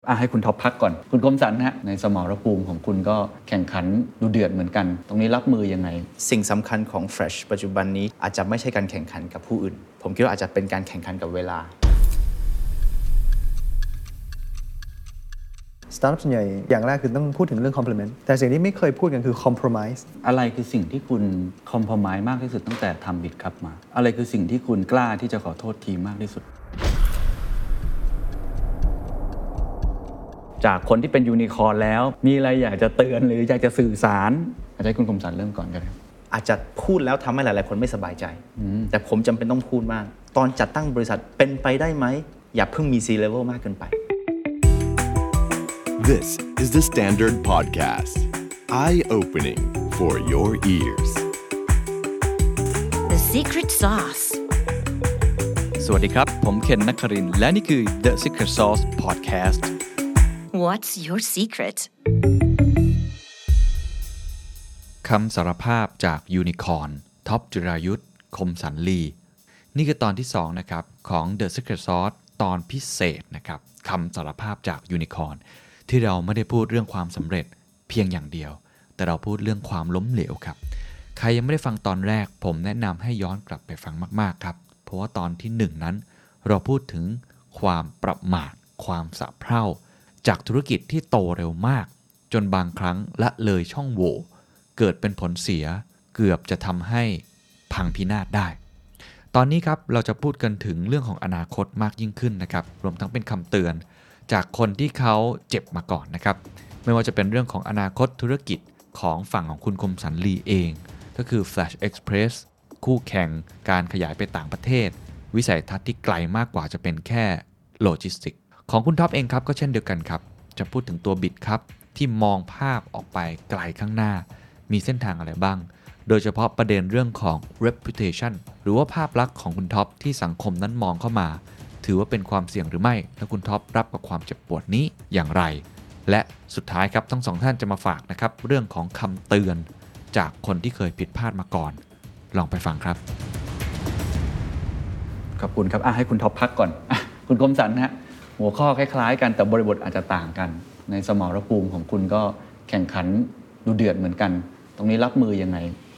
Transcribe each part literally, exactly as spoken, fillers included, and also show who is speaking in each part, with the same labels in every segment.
Speaker 1: อ่ะให้คุณท็อปพักก่อนคุณคมสันฮะในสมรภูมิของคุณก็แข่งขันดูเดือดเหมือนกันตรงนี้รับมือยังไง
Speaker 2: สิ่งสำคัญของ Fresh ปัจจุบันนี้อาจจะไม่ใช่การแข่งขันกับผู้อื่นผมคิดว่าอาจจะเป็นการแข่งขันกับเวลา
Speaker 3: สตาร์ทอัพส่วนใหญ่อย่างแรกคือต้องพูดถึงเรื่อง complement แต่สิ่งที่ไม่เคยพูดกันคือ compromise
Speaker 1: อะไรคือสิ่งที่คุณ compromise มากที่สุดตั้งแต่ทำ BitCup มาอะไรคือสิ่งที่คุณกล้าที่จะขอโทษทีมมากที่สุดจากคนที่เป็นยูนิคอร์นแล้วมีอะไรอยากจะเตือนหรืออยากจะสื่อสารอาจจะให้คุณคมสันเริ่มก่อนกันครับ
Speaker 2: อาจจะพูดแล้วทำให้หลายๆคนไม่สบายใจแต่ผมจำเป็นต้องพูดมากตอนจัดตั้งบริษัทเป็นไปได้ไหมอย่าเพิ่งมี C-level มากเกินไป
Speaker 4: This is the Standard Podcast Eye-opening for your ears
Speaker 5: The Secret Sauce
Speaker 6: สวัสดีครับผมเคนนักครินทร์และนี่คือ The Secret Sauce Podcast
Speaker 5: What's your secret
Speaker 6: คำสารภาพจากยูนิคอร์นท็อปจิรายุทธคมสันลีนี่คือตอนที่สองนะครับของ The Secret Sauce ตอนพิเศษนะครับคำสารภาพจากยูนิคอร์นที่เราไม่ได้พูดเรื่องความสำเร็จเพียงอย่างเดียวแต่เราพูดเรื่องความล้มเหลวครับใครยังไม่ได้ฟังตอนแรกผมแนะนำให้ย้อนกลับไปฟังมากๆครับเพราะว่าตอนที่หนึ่งนั้นเราพูดถึงความประมาทความสะเพร่าจากธุรกิจที่โตเร็วมากจนบางครั้งละเลยช่องโหว่เกิดเป็นผลเสียเกือบจะทำให้พังพินาศได้ตอนนี้ครับเราจะพูดกันถึงเรื่องของอนาคตมากยิ่งขึ้นนะครับรวมทั้งเป็นคำเตือนจากคนที่เขาเจ็บมาก่อนนะครับไม่ว่าจะเป็นเรื่องของอนาคตธุรกิจของฝั่งของคุณคมสันลีเองก็คือ Flash Express คู่แข่งการขยายไปต่างประเทศวิสัยทัศน์ที่ไกลมากกว่าจะเป็นแค่โลจิสติกของคุณท็อปเองครับก็เช่นเดียวกันครับจะพูดถึงตัว Bit ครับที่มองภาพออกไปไกลข้างหน้ามีเส้นทางอะไรบ้างโดยเฉพาะประเด็นเรื่องของ reputation หรือว่าภาพลักษณ์ของคุณท็อปที่สังคมนั้นมองเข้ามาถือว่าเป็นความเสี่ยงหรือไม่และคุณท็อปรับกับความเจ็บปวดนี้อย่างไรและสุดท้ายครับทั้งสองท่านจะมาฝากนะครับเรื่องของคำเตือนจากคนที่เคยผิดพลาดมาก่อนลองไปฟังครับ
Speaker 1: ขอบคุณครับอ่ะให้คุณท็อปพักก่อนอ่ะคุณคมสันฮะหัวข้อคล้ายๆกันแต่บริบทอาจจะต่างกันในสมรภูมิของคุณก็แข่งขันดูเดือดเหมือนกันตรงนี้รับมือยังไง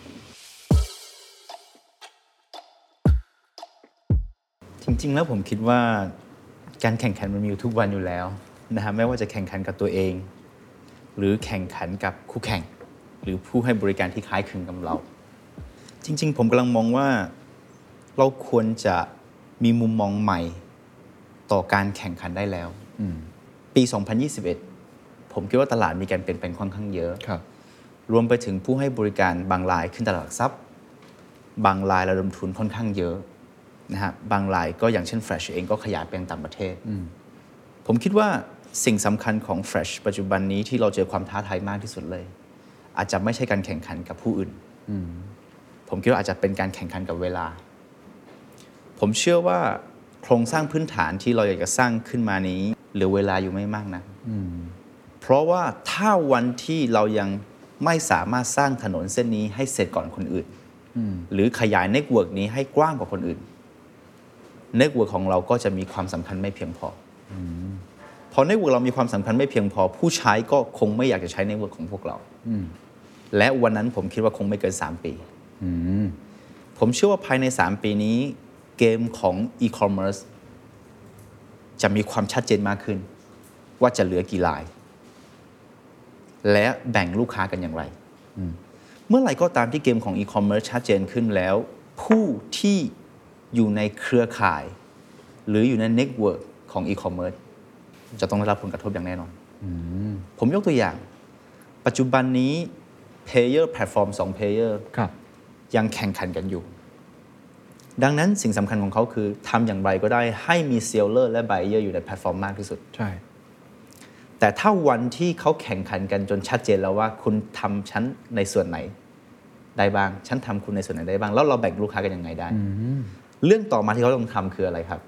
Speaker 2: จริงๆแล้วผมคิดว่าการแข่งขันมันมีอยู่ทุกวันอยู่แล้วนะฮะไม่ว่าจะแข่งขันกับตัวเองหรือแข่งขันกับคู่แข่งหรือผู้ให้บริการที่คล้ายคลึงกับเราจริงๆผมกำลังมองว่าเราควรจะมีมุมมองใหม่ต่อการแข่งขันได้แล้วปี สองพันยี่สิบเอ็ด ผมคิดว่าตลาดมีการเปลี่ยนแปลงค่อนข้างเยอะรวมไปถึงผู้ให้บริการบางรายขึ้นตลาดหลักทรัพย์บางรายระดมทุนค่อนข้างเยอะนะฮะบางรายก็อย่างเช่น Fresh เองก็ขยายไปยังต่างประเทศผมคิดว่าสิ่งสำคัญของ Fresh ปัจจุบันนี้ที่เราเจอความท้าทายมากที่สุดเลยอาจจะไม่ใช่การแข่งขันกับผู้อื่นผมคิดว่าอาจจะเป็นการแข่งขันกับเวลาผมเชื่อว่าโครงสร้างพื้นฐานที่เราอยากจะสร้างขึ้นมานี้เหลือเวลาอยู่ไม่มากนะเพราะว่าถ้าวันที่เรายังไม่สามารถสร้างถนนเส้นนี้ให้เสร็จก่อนคนอื่นหรือขยายเน็ตเวิร์กนี้ให้กว้างกว่าคนอื่นเน็ตเวิร์กของเราก็จะมีความสำคัญไม่เพียงพอพอเน็ตเวิร์กเรามีความสำคัญไม่เพียงพอผู้ใช้ก็คงไม่อยากจะใช้เน็ตเวิร์กของพวกเราและวันนั้นผมคิดว่าคงไม่เกินสามปีผมเชื่อว่าภายในสามปีนี้เกมของอีคอมเมิร์ซจะมีความชัดเจนมากขึ้นว่าจะเหลือกี่รายและแบ่งลูกค้ากันอย่างไรเมื่อไหร่ก็ตามที่เกมของอีคอมเมิร์ซชัดเจนขึ้นแล้วผู้ที่อยู่ในเครือข่ายหรืออยู่ในเน็ตเวิร์กของอีคอมเมิร์ซจะต้องได้รับผลกระทบอย่างแน่นอนผมยกตัวอย่างปัจจุบันนี้ Player Platform สอง Player ยังแข่งขันกันอยู่ดังนั้นสิ่งสำคัญของเขาคือทำอย่างไรก็ได้ให้มี Seller และ Buyer อยู่ในแพลตฟอร์มมากที่สุดใช่แต่ถ้าวันที่เขาแข่งขันกันจนชัดเจนแล้วว่าคุณทำชั้นในส่วนไหนได้บ้างฉันทำคุณในส่วนไหนได้บ้างแล้วเราแบ่งลูกค้ากันยังไงได้เรื่องต่อมาที่เขาต้องทำคืออะไรครับ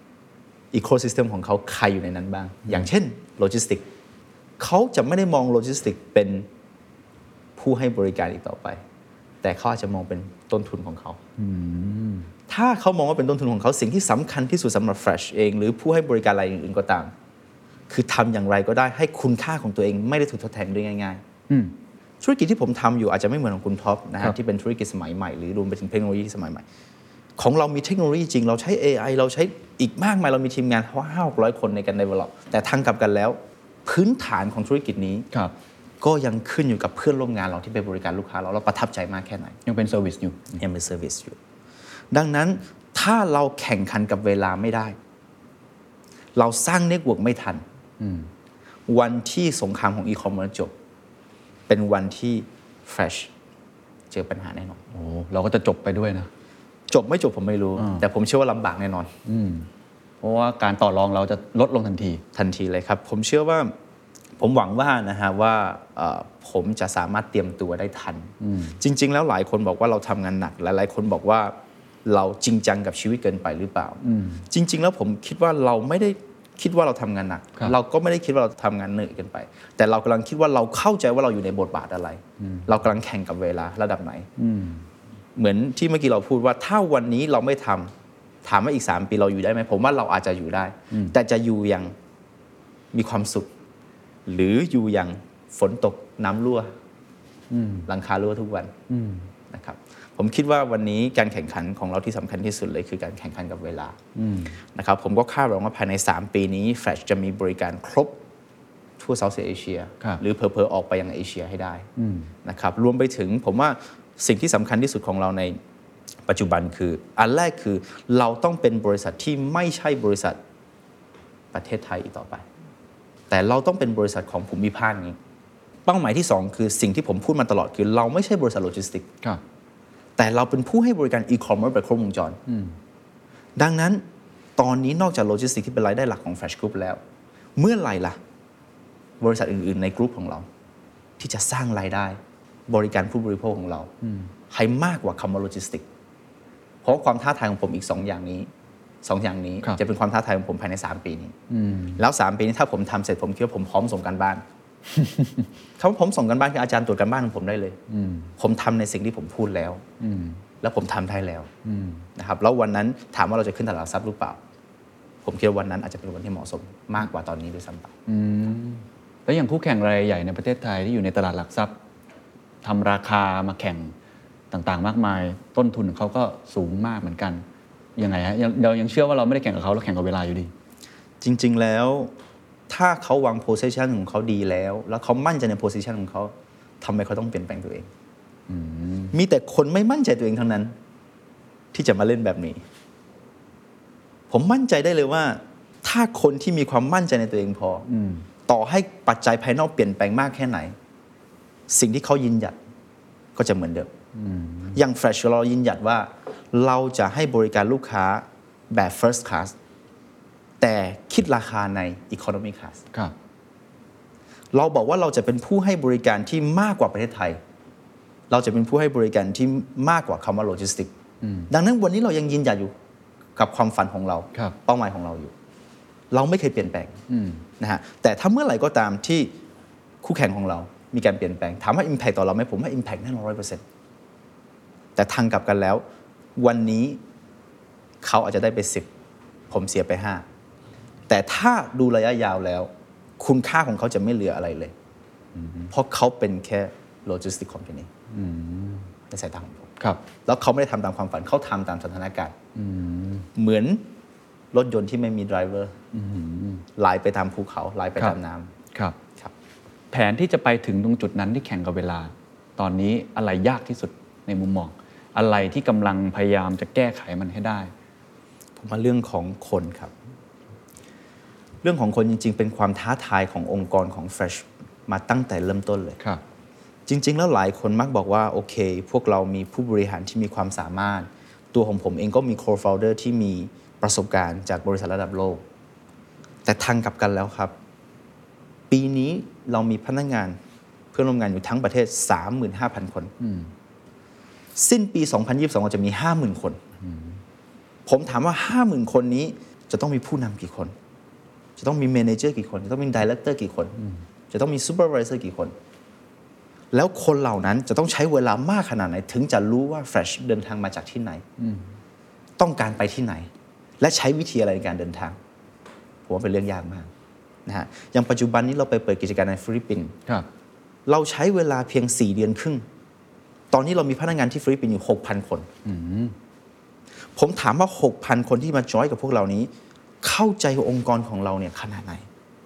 Speaker 2: Ecosystem ของเขาใครอยู่ในนั้นบ้างอย่างเช่นโลจิสติกเขาจะไม่ได้มองโลจิสติกเป็นผู้ให้บริการอีกต่อไปแต่เขาอาจจะมองเป็นต้นทุนของเขาถ้าเขามองว่าเป็นต้นทุนของเขาสิ่งที่สำคัญที่สุดสำหรับ Fresh เองหรือผู้ให้บริการรายอื่นๆก็ตามคือทำอย่างไรก็ได้ให้คุณค่าของตัวเองไม่ได้ถูกทดแทนด้วยง่าย
Speaker 1: อืม
Speaker 2: ๆธุรกิจที่ผมทำอยู่อาจจะไม่เหมือนของคุณท็อปนะ
Speaker 1: ครั
Speaker 2: ฮะ
Speaker 1: บ
Speaker 2: ที่เป็นธุรกิจสมัยใหม่หรือรวมไปถึงเทคโนโลยีสมัยใหม่ของเรามีเทคโนโลยีจริงเราใช้ เอ ไอ เราใช้อีกมากมายเรามีทีมงานห้าหกร้อยคนในการ develop แต่ทางกลับกันแล้วพื้นฐานของธุรกิจนี้
Speaker 1: ครับ
Speaker 2: ก็ยังขึ้นอยู่กับเพื่อนร่วมงานเราที่ไปบริการลูกค้าเราเราประทับใจมากแค่ไหน
Speaker 1: ยังเป็นเซอร์วิสอยู่
Speaker 2: ยังเป็นเซอร์วิสอยู่ดังนั้นถ้าเราแข่งขันกับเวลาไม่ได้ เราสร้างเน็ตเวิร์กไม่ทัน วันที่สงครามของอีคอมเมิร์ซจบ เป็นวันที่เฟรชเจอปัญหาแน่นอน
Speaker 1: โอ้เราก็จะจบไปด้วยนะ
Speaker 2: จบไม่จบผมไม่รู้ แต่ผมเชื่อว่าลำบากแน่นอน
Speaker 1: เพราะว่าการต่อรองเราจะลดลงทันที
Speaker 2: ทันทีเลยครับ ผมเชื่อว่าผมหวังว่านะฮะว่าเอ่อผมจะสามารถเตรียมตัวได้ทัน จริง ๆ แล้วหลายคนบอกว่าเราทำงานหนักหลายๆคนบอกว่าเราจริงจังกับชีวิตเกินไปหรือเปล่า จริง ๆ แล้วผมคิดว่าเราไม่ได้คิดว่าเราทำงานหนัก
Speaker 1: ครับ
Speaker 2: เราก็ไม่ได้คิดว่าเราทำงานเหนื่อยเกินไป แต่เรากำลังคิดว่าเราเข้าใจว่าเราอยู่ในบทบาทอะไร เรากำลังแข่งกับเวลาระดับไหน เหมือนที่เมื่อกี้เราพูดว่าถ้าวันนี้เราไม่ทำถามว่าอีกสามปีเราอยู่ได้ไหมผมว่าเราอาจจะอยู่ได้ แต่จะอยู่อย่างมีความสุข หรืออยู่อย่างฝนตกน้ำรั่วหลังคารั่วทุกวันนะครับผมคิดว่าวันนี้การแข่งขันของเราที่สำคัญที่สุดเลยคือการแข่งขันกับเวลานะครับผมก็คาดหวังว่าภายในสามปีนี้แฟลชจะมีบริการครบทั่วเซาท์เอเชีย
Speaker 1: ครับ
Speaker 2: หรือเผลอๆออกไปยังเอเชียให้ได้นะครับรวมไปถึงผมว่าสิ่งที่สำคัญที่สุดของเราในปัจจุบันคืออันแรกคือเราต้องเป็นบริษัทที่ไม่ใช่บริษัทประเทศไทยอีกต่อไป แต่เราต้องเป็นบริษัทของภูมิภาคนี้เป้าหมายที่สองคือสิ่งที่ผมพูดมาตลอดคือเราไม่ใช่บริษัทโลจิสติกส์
Speaker 1: ครับ
Speaker 2: แต่เราเป็นผู้ให้บริการอีคอมเมิร์ซแบบครบวงจรดังนั้นตอนนี้นอกจากโลจิสติกส์ที่เป็นรายได้หลักของ Fresh Group แล้ว เมื่อไหร่ล่ะ บริษัทอื่น ๆ ในกรุ๊ปของเรา ที่จะสร้างรายได้บริการผู้บริโภคของเราให้มากกว่าคำว่าโลจิสติกส์เพราะความท้าทายของผมอีกสองอย่างนี้สองอย่างนี้
Speaker 1: ครับ
Speaker 2: จะเป็นความท้าทายของผมภายในสามปีนี้แล้วสามปีนี้ถ้าผมทำเสร็จผมคิดว่าผมพร้อมส่งการบ้าน คำว่าผมส่งการบ้านคืออาจารย์ตรวจการบ้านของผมได้เลยผมทำในสิ่งที่ผมพูดแล้วแล้วผมทำได้แล้วนะครับแล้ววันนั้นถามว่าเราจะขึ้นตลาดหลักทรัพย์หรือเปล่า ผมคิดว่าวันนั้นอาจจะเป็นวันที่เหมาะสมมากกว่าตอนนี้ด้วยซ้ำไป
Speaker 1: แล้วอย่างคู่แข่งรายใหญ่ในประเทศไทยที่อยู่ในตลาดหลักทรัพย์ทำราคามาแข่งต่างๆ มากมาย ต้นทุนของเขาก็สูงมากเหมือนกันยังไงฮะยังเรายังเชื่อว่าเราไม่ได้แข่งกับเขาเราแข่งกับเวลาอยู่ดี
Speaker 2: จริงๆแล้วถ้าเขาวางโพสิชันของเขาดีแล้ว แล้วเขามั่นใจในโพสิชันของเขาทำไมเขาต้องเปลี่ยนแปลงตัวเองมีแต่คนไม่มั่นใจตัวเองเท่านั้น ที่จะมาเล่นแบบนี้ ผมมั่นใจได้เลยว่า ถ้าคนที่มีความมั่นใจในตัวเองพออต่อให้ปัจจัยภายนอกเปลี่ยนแปลงมากแค่ไหน สิ่งที่เขายืนหยัดก็จะเหมือนเดิมอย่าง Fresh เรายืนหยัดว่า เราจะให้บริการลูกค้าแบบ first class แต่คิดราคาใน economy class
Speaker 1: ครับ
Speaker 2: เราบอกว่าเราจะเป็นผู้ให้บริการที่มากกว่าประเทศไทย เราจะเป็นผู้ให้บริการที่มากกว่าคำว่าโลจิสติกส์ดังนั้นวันนี้เรายังยืนหยัดอยู่กับความฝันของเรา
Speaker 1: ครับ
Speaker 2: เป้าหมายของเราอยู่ เราไม่เคยเปลี่ยนแปลงนะฮะแต่ถ้าเมื่อไหร่ก็ตามที่คู่แข่งของเรามีการเปลี่ยนแปลงถามว่า impact ต่อเราไหมผมว่า impact แน่นอน ร้อยเปอร์เซ็นต์ แต่ทางกลับกันแล้ว วันนี้เขาอาจจะได้ไปสิบผมเสียไปห้าแต่ถ้าดูระยะยาวแล้ว คุณค่าของเขาจะไม่เหลืออะไรเลยเพราะเขาเป็นแค่โลจิสติกส์คอมพานีในสายตาของผม
Speaker 1: ครับ
Speaker 2: แล้วเขาไม่ได้ทำตามความฝันเขาทำตามสถานการณ์เหมือนรถยนต์ที่ไม่มีไดรเวอร์ไหลไปตามภูเขาไหลไปตามน้ำ
Speaker 1: ครับ
Speaker 2: ครับ
Speaker 1: แผนที่จะไปถึงตรงจุดนั้นที่แข่งกับเวลา ตอนนี้อะไรยากที่สุดในมุมมอง อะไรที่กำลังพยายามจะแก้ไขมันให้ได้
Speaker 2: ผมว่าเรื่องของคนครับ เรื่องของคนจริงๆเป็นความท้าทายขององค์กรของ Fresh มาตั้งแต่เริ่มต้นเลย
Speaker 1: ครับ
Speaker 2: จริงๆแล้วหลายคนมักบอกว่าโอเค พวกเรามีผู้บริหารที่มีความสามารถ ตัวของผมเองก็มี co-founder ที่มีประสบการณ์จากบริษัทระดับโลก แต่ทางกลับกันแล้วครับ ปีนี้เรามีพนักงานเพื่อนร่วมงานอยู่ทั้งประเทศ สามหมื่นห้าพัน คน สิ้นปี สองพันยี่สิบสอง เราจะมี ห้าหมื่น คน ผมถามว่า ห้าหมื่น คนนี้จะต้องมีผู้นำกี่คน จะต้องมีเมเนเจอร์กี่คน จะต้องมีดีเรคเตอร์กี่คน จะต้องมีซูเปอร์วิเซอร์กี่คน แล้วคนเหล่านั้นจะต้องใช้เวลามากขนาดไหน ถึงจะรู้ว่า Fresh เดินทางมาจากที่ไหน ต้องการไปที่ไหน และใช้วิธีอะไรในการเดินทาง ผมว่าเป็นเรื่องยากมากนะฮะอย่างปัจจุบันนี้เราไปเปิดกิจการในฟิลิปปินส์เราใช้เวลาเพียงสี่เดือนครึ่งตอนนี้เรามีพนักงานที่ฟิลิปปินส์อยู่ หกพัน คนผมถามว่า หกพัน คนที่มาจอยกับพวกเรานี้เข้าใจองค์กรของเราเนี่ยขนาดไหน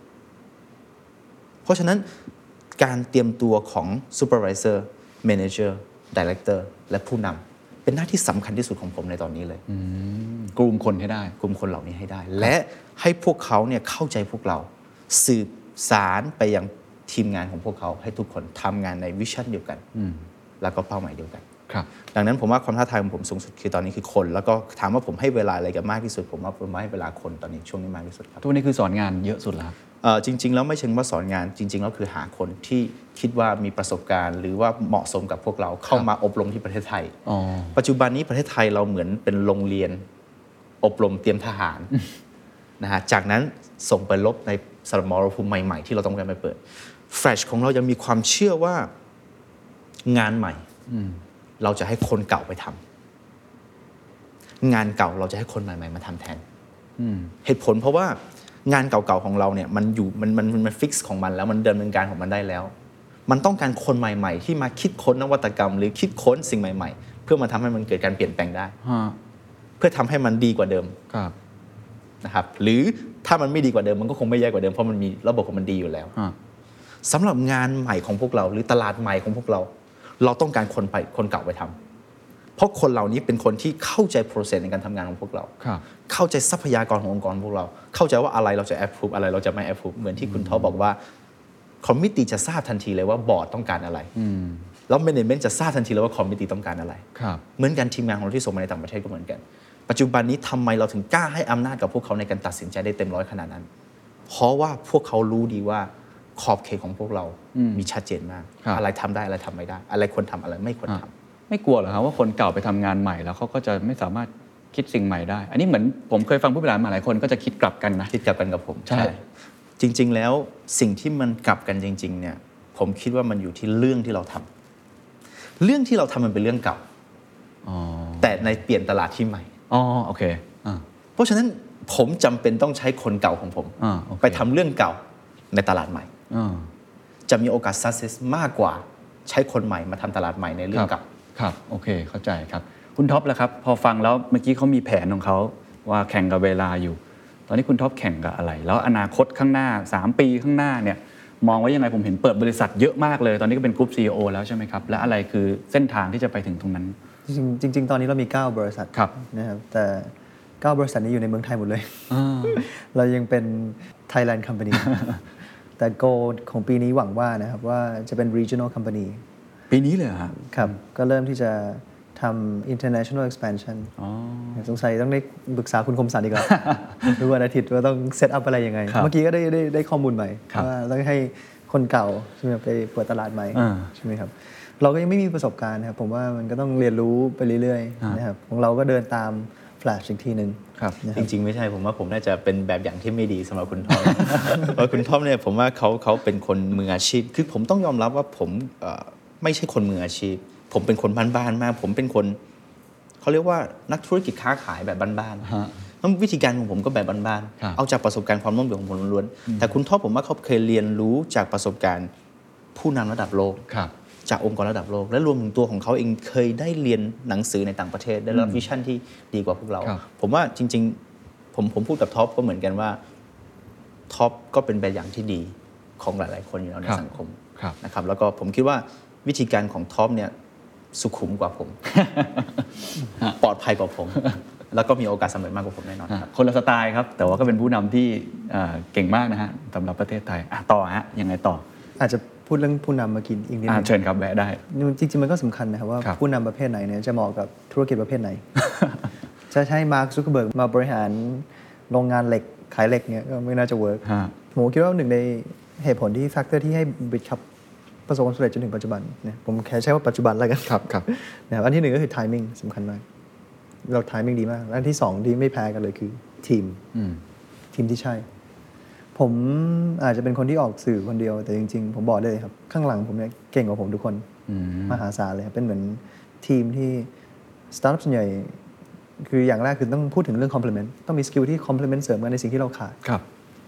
Speaker 2: เพราะฉะนั้นการเตรียมตัวของ supervisor manager director และผู้นำเป็นหน้าที่สำคัญที่สุดของผมในตอนนี้เลย
Speaker 1: กลุ่มคนให้ได้
Speaker 2: กลุ่มคนเหล่านี้ให้ได้และให้พวกเขาเนี่ยเข้าใจพวกเราสืบสารไปยังทีมงานของพวกเขาให้ทุกคนทำงานในวิชั่นเดียวกันแล้วก็เป้าหมายเดียวกันดังนั้นผมว่าความท้าทายของผมสูงสุดคือตอนนี้คือคนแล้วก็ถามว่าผมให้เวลาอะไรกับมากที่สุดผมว่าผมให้เวลาคนตอนนี้ช่วงนี้มากที่สุดครับ
Speaker 1: ทุกวันนี้คือสอนงานเยอะสุดแล้ว
Speaker 2: จริงๆแล้วไม่เชิงว่าสอนงานจริงๆแล้วคือหาคนที่คิดว่ามีประสบการณ์หรือว่าเหมาะสมกับพวกเราเข้ามาอบรมที่ประเทศไทยปัจจุบันนี้ประเทศไทยเราเหมือนเป็นโรงเรียนอบรมเตรียมทหารนะฮะจากนั้นส่งไปรบในสมรภูมิใหม่ๆที่เราต้องการไปเปิดแฟลชของเรายังมีความเชื่อว่างานใหม่เราจะให้คนเก่าไปทำงานเก่าเราจะให้คนใหม่ๆมาทำแทนเหตุผลเพราะว่างานเก่าๆของเราเนี่ยมันอยู่มันมันมันฟิกซ์ของมันแล้วมันเดินดำเนินการของมันได้แล้วมันต้องการคนใหม่ๆที่มาคิดค้นนวัตกรรมหรือคิดค้นสิ่งใหม่ๆเพื่อมาทำให้มันเกิดการเปลี่ยนแปลงได้เพื่อทำให้มันดีกว่าเดิมนะครับหรือถ้ามันไม่ดีกว่าเดิมมันก็คงไม่แย่กว่าเดิมเพราะมันมีระบบของมันดีอยู่แล้วสำหรับงานใหม่ของพวกเราหรือตลาดใหม่ของพวกเราเราต้องการคนไปคนเก่าไปทำเพราะคนเหล่านี้เป็นคนที่เข้าใจ process ในการทำงานของพวกเราเข้าใจทรัพยากรขององค์กรพวกเราเข้าใจว่าอะไรเราจะ approve อะไรเราจะไม่ approve เหมือนที่คุณท็อปบอกว่าคอมมิตี้จะทราบทันทีเลยว่าบอร์ดต้องการอะไรแล้ว management จะทราบทันทีเลยว่าคอมมิตี้ต้องการอะไรเหมือนกันทีมงานของเราที่ส่งมาในต่างประเทศก็เหมือนกันปัจจุบันนี้ทำไมเราถึงกล้าให้อำนาจกับพวกเขาในการตัดสินใจได้เต็มร้อยขนาดนั้นเพราะว่าพวกเขารู้ดีว่าขอบเขตของพวกเรามีชัดเจนมากอะไรทำได้อะไรทำไม่ได้อะไรควรทำอะไรไม่ควรทำ
Speaker 1: ไม่กลัวเหรอครับว่าคนเก่าไปทำงานใหม่แล้วเขาก็จะไม่สามารถคิดสิ่งใหม่ได้อันนี้เหมือนผมเคยฟังผู้บริหารมาหลายคนก็จะคิดกลับกันนะ
Speaker 2: คิดกลับกันกับผมใช่จริงๆแล้วสิ่งที่มันกลับกันจริงๆเนี่ยผมคิดว่ามันอยู่ที่เรื่องที่เราทำเรื่องที่เราทำมันเป็นเรื่องเก่าแต่ในเปลี่ยนตลาดที่ใหม่
Speaker 1: อ๋อโอเค
Speaker 2: เพราะฉะนั้นผมจำเป็นต้องใช้คนเก่าของผมไปทำเรื่องเก่าในตลาดใหม่จะมีโอกาส success มากกว่าใช้คนใหม่มาทำตลาดใหม่ในเรื่องเก่า
Speaker 1: ครับโอเคเข้าใจครับคุณท็อปล่ะครับพอฟังแล้วเมื่อกี้เขามีแผนของเขาว่าแข่งกับเวลาอยู่ตอนนี้คุณท็อปแข่งกับอะไรแล้วอนาคตข้างหน้าสามปีข้างหน้าเนี่ยมองว่ายังไงผมเห็นเปิดบริษัทเยอะมากเลยตอนนี้ก็เป็นกรุ๊ป ซี อี โอ แล้วใช่ไหมครับและอะไรคือเส้นทางที่จะไปถึงตรงนั้น
Speaker 3: จริงๆตอนนี้เรามีเก้าบริษัทนะครับแต่เก้าบริษัทนี้อยู่ในเมืองไทยหมดเลยเรายังเป็น Thailand Company แต่ goal ของปีนี้หวังว่านะครับว่าจะเป็น regional company
Speaker 1: ปีนี้เลยครับ
Speaker 3: ครับก็เริ่มที่จะทำ international expansion สงสัยต้องได้ปรึกษาคุณคมสันอีกแล้วทุกวันอาทิตย์ว่าต้อง set up อะไรยังไงเมื่อกี้ก็ได้ได้ได้ข้อมูลใหม่ว่าต้องให้คนเก่าใช่ไหมไปเปิดตลาดใหม่ใช่ไหมครับเราก็ยังไม่มีประสบการณ์นะครับผมว่ามันก็ต้องเรียนรู้ไปเรื่อยๆนะครับของเราก็เดินตามแฟลชอีกทีนึง
Speaker 2: จริงๆไม่ใช่ผมว่าผมน่าจะเป็นแบบอย่างที่ไม่ดีสำหรับคุณท็อป เพราะคุณท็อปเนี่ยผมว่าเขาเขาเป็นคนมืออาชีพคือผมต้องยอมรับว่าผมไม่ใช่คนมืออาชีพผมเป็นคนบ้านๆมากผมเป็นคนเขาเรียกว่านักธุรกิจค้าขายแบบบ้านๆแล้ววิธีการของผมก็แบบบ้านๆเอาจากประสบการณ์ความล้มเหลวของผมล้วนๆแต่คุณท็อปผมว่าเขาเคยเรียนรู้จากประสบการณ์ผู้นำระดับโลกจากองค์กรระดับโลกและรวมถึงตัวของเขาเองเคยได้เรียนหนังสือในต่างประเทศได้รับวิชั่นที่ดีกว่าพวกเราผมว่าจริงๆผมผมพูดกับท็อปก็เหมือนกันว่าท็อปก็เป็นแบบอย่างที่ดีของหลายๆคนอยู่แล้วในสังคมนะครับแล้วก็ผมคิดว่าวิธีการของท็อปเนี่ยสุขุมกว่าผม ปลอดภัยกว่าผมแล้วก็มีโอกาสสำเร็จมากกว่าผมแน่นอนครับ
Speaker 1: คนละสไตล์ครับแต่ว่าก็เป็นผู้นำที่เก่งมากนะฮะสำหรับประเทศไทยต่อฮะยังไงต่อ
Speaker 3: อาจจะพูดเรื่องผู้นำมากินอีกนิดนึง
Speaker 1: เชิญครับแวะได้
Speaker 3: จริงๆมันก็สำคัญนะครับว่าผู้นำประเภทไหนเนี่ยจะเหมาะกับธุรกิจประเภทไหน จะใช้มาร์ค ซุกเคอร์เบิร์กมาบริหารโรงงานเหล็กขายเหล็กเนี่ยก็ไม่น่าจะเวิร์กผมคิดว่าหนึ่งในเหตุผลที่แฟกเตอร์ที่ให้บิทคัพประสบความสำเร็จจนถึงปัจจุบันเนี่ยผมแค่ใช้ว่าปัจจุบันแล้วกัน
Speaker 1: ครับครับ
Speaker 3: นะครับอันที่หนึ่งก็คือไทมิ่งสำคัญมากเราไทมิ่งดีมากและอันที่สองที่ไม่แพ้กันเลยคือทีมทีมที่ใช่ผมอาจจะเป็นคนที่ออกสื่อคนเดียวแต่จริงๆผมบอกได้เลยครับข้างหลังผมเนี่ยเก่งกว่าผมทุกคนมหาศาลเลยครับเป็นเหมือนทีมที่สตาร์ทอัพส่วนใหญ่คืออย่างแรกคือต้องพูดถึงเรื่อง complement ต้องมีสกิลที่ complement เสริมกันในสิ่งที่เราขาดแ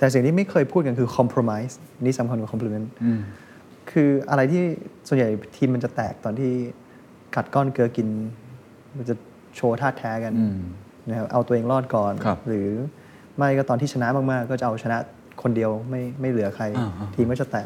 Speaker 3: แต่สิ่งที่ไม่เคยพูดกันคือ compromise นี่สำคัญกว่า compliment คืออะไรที่ส่วนใหญ่ทีมมันจะแตกตอนที่กัดก้อนเกลือกินมันจะโชว์ท่าแท้กันนะครับเอาตัวเองรอดก่อนหรือไม่ก็ตอนที่ชนะมากๆก็จะเอาชนะคนเดียวไม่ไม่เหลือใครทีมก็จะแตก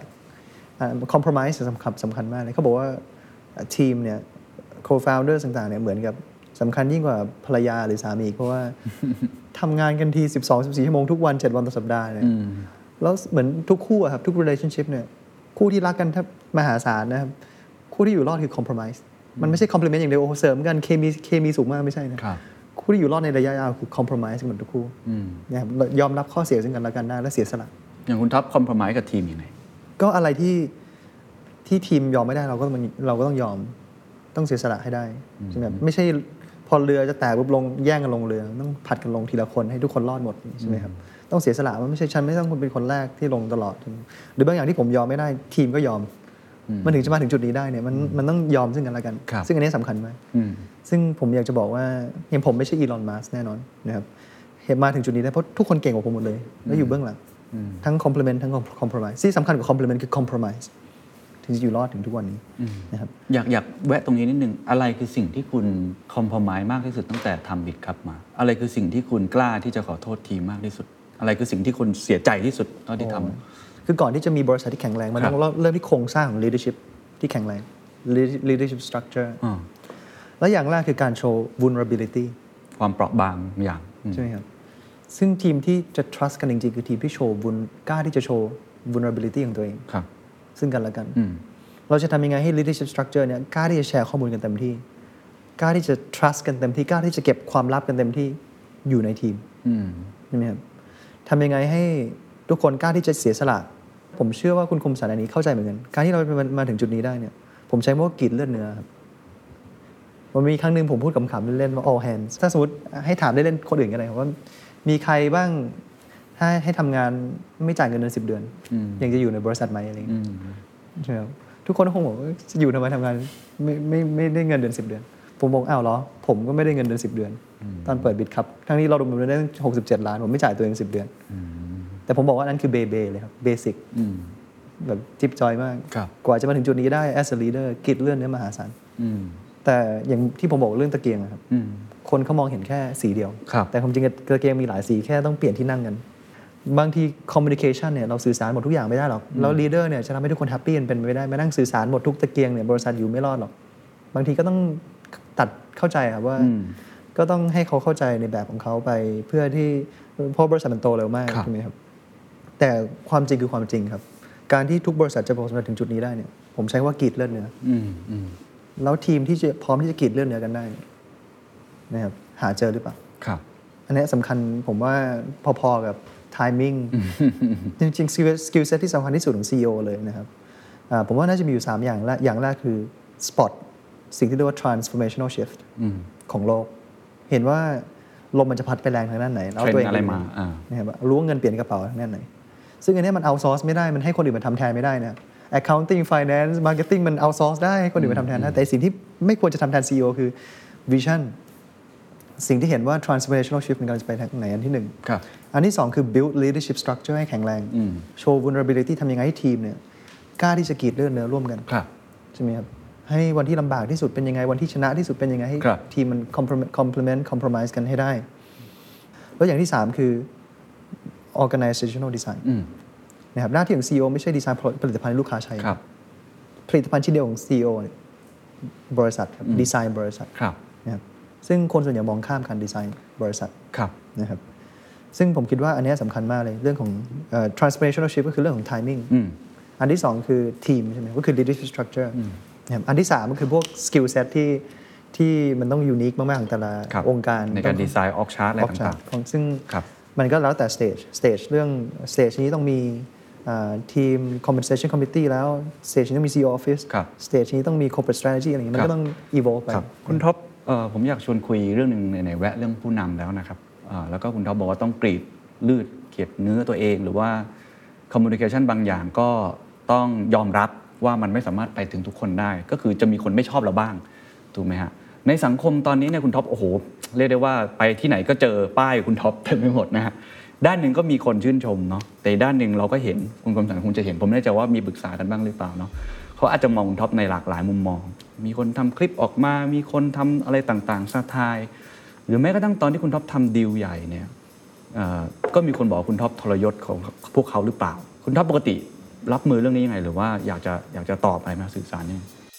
Speaker 3: compromise สำคัญสำคัญมากเลยเขาบอกว่าทีมเนี่ย co-founder ต่างๆเนี่ยเหมือนกับสำคัญยิ่งกว่าภรรยาหรือสามีเพราะว่า ทำงานกันทีสิบสอง สิบสี่ชั่วโมงทุกวันเจ็ดวันต่อสัปดาห์เนี่ยแล้วเหมือนทุกคู่ครับทุก relationship เนี่ยคู่ที่รักกันแทบมหาศาลนะครับคู่ที่อยู่รอดคือ compromise มันไม่ใช่ compliment อย่างเดียวโอ้เสริมกันเคมีเคมีสูงมากไม่ใช่นะคู่ที่อยู่รอดในระยะยาวคือ compromise กันหมดทุกคู่นะครับยอมรับข้อเสียซึ่งกันและกันได้และเสียสละ
Speaker 1: อย่างคุณท็อป compromise กับทีมยังไง
Speaker 3: ก็อะไรที่ที่ทีมยอมไม่ได้เราก็เราก็ต้องยอมต้องเสียสละให้ได้ใช่ไหมไม่ใช่พอเรือจะแตกปุ๊บลงแย่งกันลงเรือต้องผัดกันลงทีละคนให้ทุกคนรอดหมดใช่ไหมครับต้องเสียสละมันไม่ใช่ฉันไม่ต้องเป็นคนแรกที่ลงตลอดหรือบางอย่างที่ผมยอมไม่ได้ทีมก็ยอมมันถึงจะมาถึงจุดนี้ได้เนี่ยมันมันต้องยอมซึ่งกันและกันซึ่งอันนี้สำคัญมากซึ่งผมอยากจะบอกว่าอย่างผมไม่ใช่อีลอนมัสก์แน่นอนนะครับเห็นมาถึงจุดนี้ได้เพราะทุกคนเก่งกว่าผมหมดเลยแล้วอยู่เบื้องหลังทั้ง compliment ทั้ง compromise ที่สำคัญกว่า compliment คือ compromise ถึงจะอยู่รอดถึงทุกวันนี้นะครับ
Speaker 1: อยากอยากแวะตรงนี้นิดนึงอะไรคือสิ่งที่คุณ compromise มากที่สุดตั้งแต่ทำบิดครับมาอะไรคือสิ่งที่คุณกล้าที่จะขอโทษทีมมากที่สุดอะไรคือสิ่งที่คุณเสียใจที่สุดเท่าที่ทำ
Speaker 3: คือก่อนที่จะมีบริษัทที่แข็งแรงมันต้องเริ่มที่โครงสร้างของ leadership ที่แข็งแรง leadership structure แล้วอย่างแรกคือการโชว์ vulnerability
Speaker 1: ความเปราะบางอย่าง
Speaker 3: ใช่ไหมครับซึ่งทีมที่จะ trust กันจริงๆคือทีมที่โชว์กล้าที่จะโชว์ vulnerability ของตัวเองซึ่งกันและกันเราจะทำยังไงให้ leadership structure เนี่ยกล้าที่จะแชร์ข้อมูลกันเต็มที่กล้าที่จะ trust กันเต็มที่กล้าที่จะเก็บความลับกันเต็มที่อยู่ในทีมใช่ไหมครับทำยังไงให้ทุกคนกล้าที่จะเสียสละผมเชื่อว่าคุณคมสันอันนี้เข้าใจเหมือนกันการที่เรามาถึงจุดนี้ได้เนี่ยผมใช้คำว่ากรีดเลือดเนื้อครับมันมีครั้งนึงผมพูดขำๆเล่นๆว่า all hands ถ้าสมมติให้ถามเล่นๆคนอื่นกันเลยว่ามีใครบ้างให้ให้ทำงานไม่จ่ายเงินเดือนสิบเดือนยังจะอยู่ในบริษัทไหมอะไรอย่างเงี้ยใช่ไหมทุกคนคงบอกว่าจะอยู่ทำไมทำงานไม่ไม่ไม่ได้เงินเดือนสิบเดือนผมบอกอ้าวเหรอผมก็ไม่ได้เงินเดือนสิบเดือนตอนเปิดบิดครับทั้งนี้เราดมเงินได้หกสิบเจ็ดล้านผมไม่จ่ายตัวเองสิบเดือนแต่ผมบอกว่านั้นคือเบเบเลยครับเบสิกแบบจิ๊บจอยมากกว่าจะมาถึงจุดนี้ได้ as a leader กรีดเลือดเนื้อมหาศาลแต่อย่างที่ผมบอกเรื่องตะเกียงครับคนเขามองเห็นแค่สีเดียวแต่ความจริงตะเกียงมีหลายสีแค่ต้องเปลี่ยนที่นั่งกันบางที communication เนี่ยเราสื่อสารหมดทุกอย่างไม่ได้หรอกแล้ว leader เนี่ยจะทำให้ทุกคนแฮปปี้เป็นไปไม่ได้มานั่งสื่อสารหมดทุกตะเกียงเนี่ยบริษัทอยู่ไม่รอดหรอกบางทีก็ต้องตัดเข้าใจครับว่าก็ต้องให้เขาเข้าใจในแบบของเขาไปเพื่อที่เพราะบริษัทมันโตเร็วมากใช่ไหมครับแต่ความจริงคือความจริงครับการที่ทุกบริษัทจะประสบถึงจุดนี้ได้เนี่ยผมใช้ว่ากรีดเลือดเนื้อแล้วทีมที่จะพร้อมที่จะกรีดเลือดเนื้อกันได้นะครับหาเจอหรือเปล่า
Speaker 1: ครับ
Speaker 3: อันนี้สำคัญผมว่าพอๆกับ timing จริงๆ skill set ที่สำคัญที่สุดของ ซี อี โอ เลยนะครับผมว่าน่าจะมีอยู่สามอย่างและอย่างแรกคือ spot สิ่งที่เรียกว่า transformational shift ของโลกเห็นว่าลมมันจะพัดไปแรงทางด้านไหนแล้วตัวเอง
Speaker 1: อะไรมา
Speaker 3: นะครับรู้ว่าเงินเปลี่ยนกระเป๋าทางด้านไหนซึ่งอันนี้มัน outsource ไม่ได้มันให้คนอื่นมาทำแทนไม่ได้นะ accounting finance marketing มัน outsource ได้ให้คนอื่นมาทำแทนได้แต่สิ่งที่ไม่ควรจะทำแทน ซี อี โอ คือ vision สิ่งที่เห็นว่า transformational shift มันกำลังจะไปทางไหนอันที่หนึ่งอันที่สองคือ build leadership structure ให้แข็งแรงโชว์ vulnerability ทำยังไงให้ทีมเนี่ยกล้าที่จะกรีดเลือดเนื้อร่วมกันใช่ไหมครับให้วันที่ลำบากที่สุดเป็นยังไงวันที่ชนะที่สุดเป็นยังไงให้ทีมมัน complement compromise กันให้ได้แล้วอย่างที่สามคือ organizational design นะครับหน้าที่ของ ซี อี โอ ไม่ใช่ดีไซน์ผลิตภัณฑ์ให้ลูกค้าใช้ผลิตภัณฑ์ชิ้นเดียวของ ซี อี โอ บริษัทดีไซน์บริษัทนะครับซึ่งคนส่วนใหญ่มองข้ามการดีไซน์บริษัทนะครับซึ่งผมคิดว่าอันนี้สำคัญมากเลยเรื่องของ uh, transformational shift ก็คือเรื่องของ timing อันที่สองคือทีมใช่ไหมก็คือ leadership structure อันที่สามก็คือพวก skill set ที่ที่มันต้องยูนิคมากๆของแต่ละองค์การ
Speaker 1: ในการดีไซน์ออกชาร์ตอะไรต่าง
Speaker 3: ๆซึ่งมันก็แล้วแต่ stage stage เรื่อง stage นี้ต้องมีทีม compensation committee แล้ว stage นี้ต้องมี ซี อี โอ office stage นี้ต้องมี corporate strategy อะไรอย่างนี้มันก็ต้อง evolve ไป
Speaker 1: คุณท็อปผมอยากชวนคุยเรื่องนึงในแวะเรื่องผู้นำแล้วนะครับแล้วก็คุณท็อปบอกว่าต้องกรีดลืดเกลียดเนื้อตัวเองหรือว่า communication บางอย่างก็ต้องยอมรับว่ามันไม่สามารถไปถึงทุกคนได้ก็คือจะมีคนไม่ชอบเราบ้างถูกไหมฮะในสังคมตอนนี้เนี่ยคุณท็อปโอ้โหเรียกได้ว่าไปที่ไหนก็เจอป้ายคุณท็อปเต็มไปหมดนะฮะด้านหนึ่งก็มีคนชื่นชมเนาะแต่ด้านหนึ่งเราก็เห็นคุณคมสันคงจะเห็นผมไม่แน่ใจว่ามีปรึกษากันบ้างหรือเปล่าเนาะเขาอาจจะมองท็อปในหลากหลายมุมมองมีคนทำคลิปออกมามีคนทำอะไรต่างๆซาไทร์หรือแม้กระทั่งตอนที่คุณท็อปทำดีลใหญ่เนี่ยก็มีคนบอกคุณท็อปทรยศของพวกเขาหรือเปล่าคุณท็อปปกติรับมือเรื่องนี้ยังไงหรือว่าอยากจะอยากจะตอบอะไรมาสื่อสารเนี่ย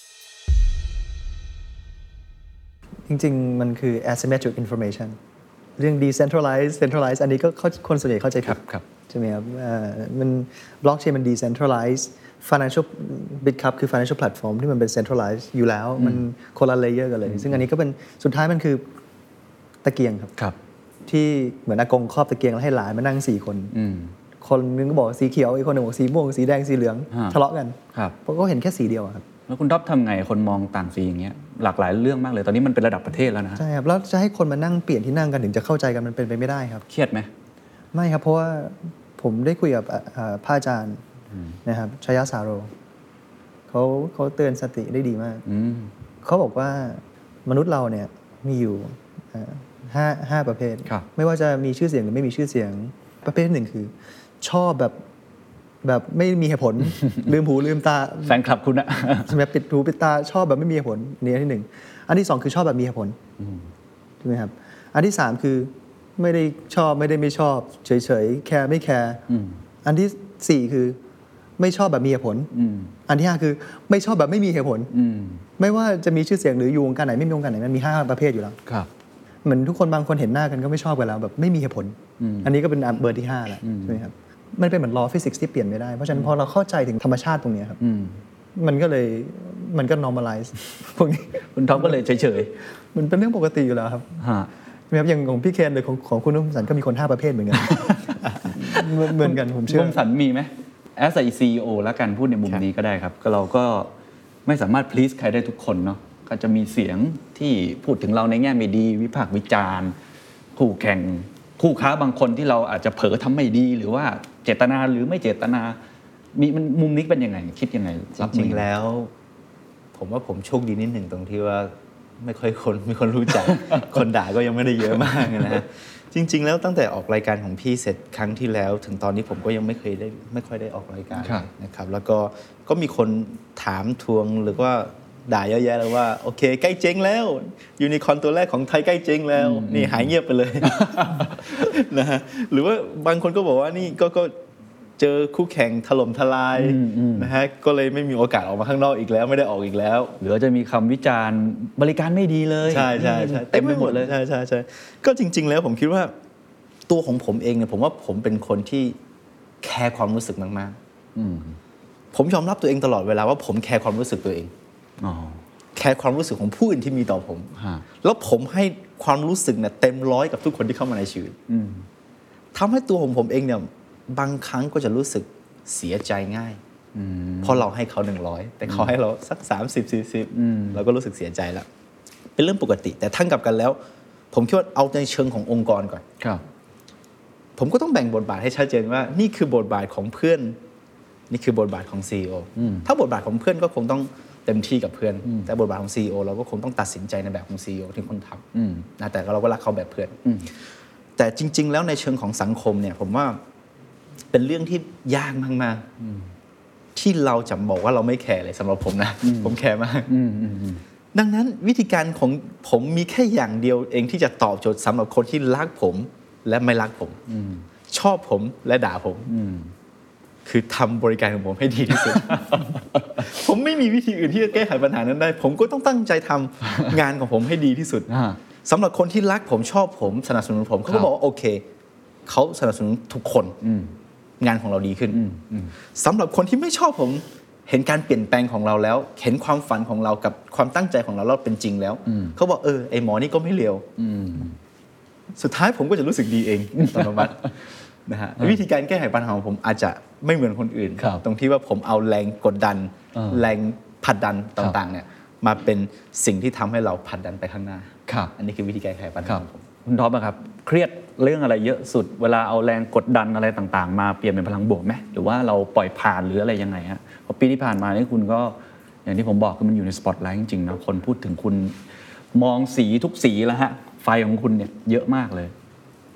Speaker 3: จริงๆมันคือ asymmetric information เรื่อง decentralized centralized อันนี้ก็คนส่วนใหญ่เข้าใจผิดใช่ไหมครับมัน blockchain มัน decentralized financial Bitcup คือ financial platform ที่มันเป็น centralized อยู่แล้วมันคนละ layer กันเลยซึ่งอันนี้ก็เป็นสุดท้ายมันคือตะเกียงครับที่เหมือนอากงครอบตะเกียงแล้วให้หลานมานั่งสี่คนคนนึงก็บอกสีเขียวอีกคนนึงบอกสีม่วงสีแดงสีเหลืองทะเลาะกันเพราะเขาเห็นแค่สีเดียวครับ
Speaker 1: แล้วคุณท็อปทำไงคนมองต่างสีอย่างเงี้ยหลากหลายเรื่องมากเลยตอนนี้มันเป็นระดับประเทศแล้วนะ
Speaker 3: ใช่ครับแล้วจะให้คนมานั่งเปลี่ยนที่นั่งกันถึงจะเข้าใจกันมันเป็นไปไม่ได้ครับ
Speaker 1: เครียดไหม
Speaker 3: ไม่ครับเพราะว่าผมได้คุยกับพระอาจารย์นะครับชยสาโรเขาเขาเตือนสติได้ดีมากเขาบอกว่ามนุษย์เราเนี่ยมีอยู่ห้าห้าประเภทไม่ว่าจะมีชื่อเสียงหรือไม่มีชื่อเสียงประเภทหนึ่งคือชอบแบบแบบไม่มีเหตุผล ลืมหูลืมตา
Speaker 1: แฟนคลับคุณอะ
Speaker 3: ใช่ไหมปิดหูปิดตาชอบแบบไม่มีเหตุผลนี่อันที่หนึ่งอันที่สองคือชอบแบบมีเหตุผลใช่ไหมครับอันที่สามคือไม่ได้ชอบไม่ได้ไม่ชอบเฉยๆแคร์ไม่แคร์อันที่สี่คือไม่ชอบแบบมีเหตุผลอันที่ห้าคือไม่ชอบแบบไม่มีเหตุผลไม่ว่าจะมีชื่อเสียงหรืออยู่วงการไหนไม่มีวงการไหนมันมีห้าประเภทอยู่แล้วเหมือนทุกคนบางคนเห็นหน้ากันก็ไม่ชอบกันแล้วแบบไม่มีเหตุผลอันนี้ก็เป็นเบอร์ที่ห้าแล้วใช่ไหมครับมันเป็นเหมือน law physics ที่เปลี่ยนไม่ได้เพราะฉะนั้นพอเราเข้าใจถึงธรรมชาติตรงนี้ครับมันก็เลยมันก็ normalize พวกนี้
Speaker 1: คุณท็อปก็เลยเฉย
Speaker 3: ๆมันเป็นเรื่องปกติอยู่แล้วครับใช่ไหมครับอย่างของพี่เคนหรือของของคุณนุ่มสันก็มีคนห้าประเภทเหมือนกันเหมือนกันผมเชื่อ
Speaker 1: นุ่มสันมีไหม as a ซี อี โอ แล้วกันพูดในมุมนี้ก็ได้ครับก็เราก็ไม่สามารถ please ใครได้ทุกคนเนาะก็จะมีเสียงที่พูดถึงเราในแง่ไม่ดีวิพากษ์วิจารณ์คู่แข่งคู่ค้าบางคนที่เราอาจจะเผลอทำไม่ดีหรือว่าเจตนาหรือไม่เจตนามีมันมุมนี้เป็นยังไงคิดยังไง
Speaker 2: จริงๆแล้วผมว่าผมโชคดีนิดหนึ่งตรงที่ว่าไม่ค่อยคนมีคนรู้จัก คนด่าก็ยังไม่ได้เยอะมากนะฮะจริงๆแล้วตั้งแต่ออกรายการของพี่เสร็จครั้งที่แล้วถึงตอนนี้ผมก็ยังไม่เคยได้ไม่ค่อยได้ออกรายการนะครับแล้วก็ก็มีคนถามทวงหรือว่าด่าเยอะแยะเลยว่าโอเคใกล้เจ๊งแล้วยูนิคอร์นตัวแรกของไทยใกล้เจ๊งแล้วนี่หายเงียบไปเลยนะฮะหรือว่าบางคนก็บอกว่านี่ก็ก็เจอคู่แข่งถล่มทลายนะฮะก็เลยไม่มีโอกาสออกมาข้างนอกอีกแล้วไม่ได้ออกอีกแล้ว
Speaker 1: หรือจะมีคำวิจารณ์บริการไม่ดีเลย
Speaker 2: ใช่ใช่ใช่เต็มไปหมดเลยใช่ใช่ใช่ก็จริงๆแล้วผมคิดว่าตัวของผมเองเนี่ยผมว่าผมเป็นคนที่แคร์ความรู้สึกมากๆผมยอมรับตัวเองตลอดเวลาว่าผมแคร์ความรู้สึกตัวเองแคร์ความรู้สึกของผู้อื่นที่มีต่อผมแล้วผมให้ความรู้สึกเนี่ยเต็มร้อยกับทุกคนที่เข้ามาในชีวิตทำให้ตัวของผมเองเนี่ยบางครั้งก็จะรู้สึกเสียใจง่ายเพราะเราให้เขาหนึ่งร้อยแต่เขาให้เราสักสามสิบสี่สิบเราก็รู้สึกเสียใจแล้วเป็นเรื่องปกติแต่ทั้งกลับกันแล้วผมคิดว่าเอาในเชิงขององค์กรก่อนผมก็ต้องแบ่งบทบาทให้ชัดเจนว่านี่คือบทบาทของเพื่อนนี่คือบทบาทของ ซี อี โอ ถ้าบทบาทของเพื่อนก็คงต้องเต็มที่กับเพื่อนแต่บทบาทของ ซี อี โอ เราก็คงต้องตัดสินใจในแบบของ ซี อี โอ ที่คนทำนะแต่เราก็รักเขาแบบเพื่อนแต่จริงๆแล้วในเชิงของสังคมเนี่ยผมว่าเป็นเรื่องที่ยากมากๆที่เราจะบอกว่าเราไม่แคร์เลยสำหรับผมนะผมแคร์มากดังนั้นวิธีการของผมมีแค่อย่างเดียวเองที่จะตอบโจทย์สำหรับคนที่รักผมและไม่รักผมชอบผมและด่าผมคือทำบริการของผมให้ดีที่สุด ผมไม่มีวิธีอื่นที่จะแก้ไขปัญหานั้นได้ผมก็ต้องตั้งใจทำงานของผมให้ดีที่สุดสำหรับคนที่รักผมชอบผมสนับสนุนผมเขาก็บอกว่าโอเคเขาสนับสนุนทุกคนงานของเราดีขึ้นสำหรับคนที่ไม่ชอบผมเห็นการเปลี่ยนแปลงของเราแล้วเห็นความฝันของเรากับความตั้งใจของเราเราเป็นจริงแล้วเขาบอกเออไอหมอนี่ก็ไม่เลวสุดท้ายผมก็จะรู้สึกดีเองอัตโนมัตินะฮะวิธีการแก้ไขปัญหาของผมอาจจะไม่เหมือนคนอื่นตรงที่ว่าผมเอาแรงกดดันแรงผลักดันต่างๆเนี่ยมาเป็นสิ่งที่ทำให้เราผลักดันไปข้างหน้าอันนี้คือวิธีการแก้ไขปัญหาของผม
Speaker 1: คุณท็อปครับเครียดเรื่องอะไรเยอะสุดเวลาเอาแรงกดดันอะไรต่างๆมาเปลี่ยนเป็นพลังบวกไหมหรือว่าเราปล่อยผ่านหรืออะไรยังไงฮะเพราะปีที่ผ่านมานี่คุณก็อย่างที่ผมบอกคือมันอยู่ในสปอตไลท์จริงๆนะคนพูดถึงคุณมองสีทุกสีแล้วฮะไฟของคุณเนี่ยเยอะมากเลย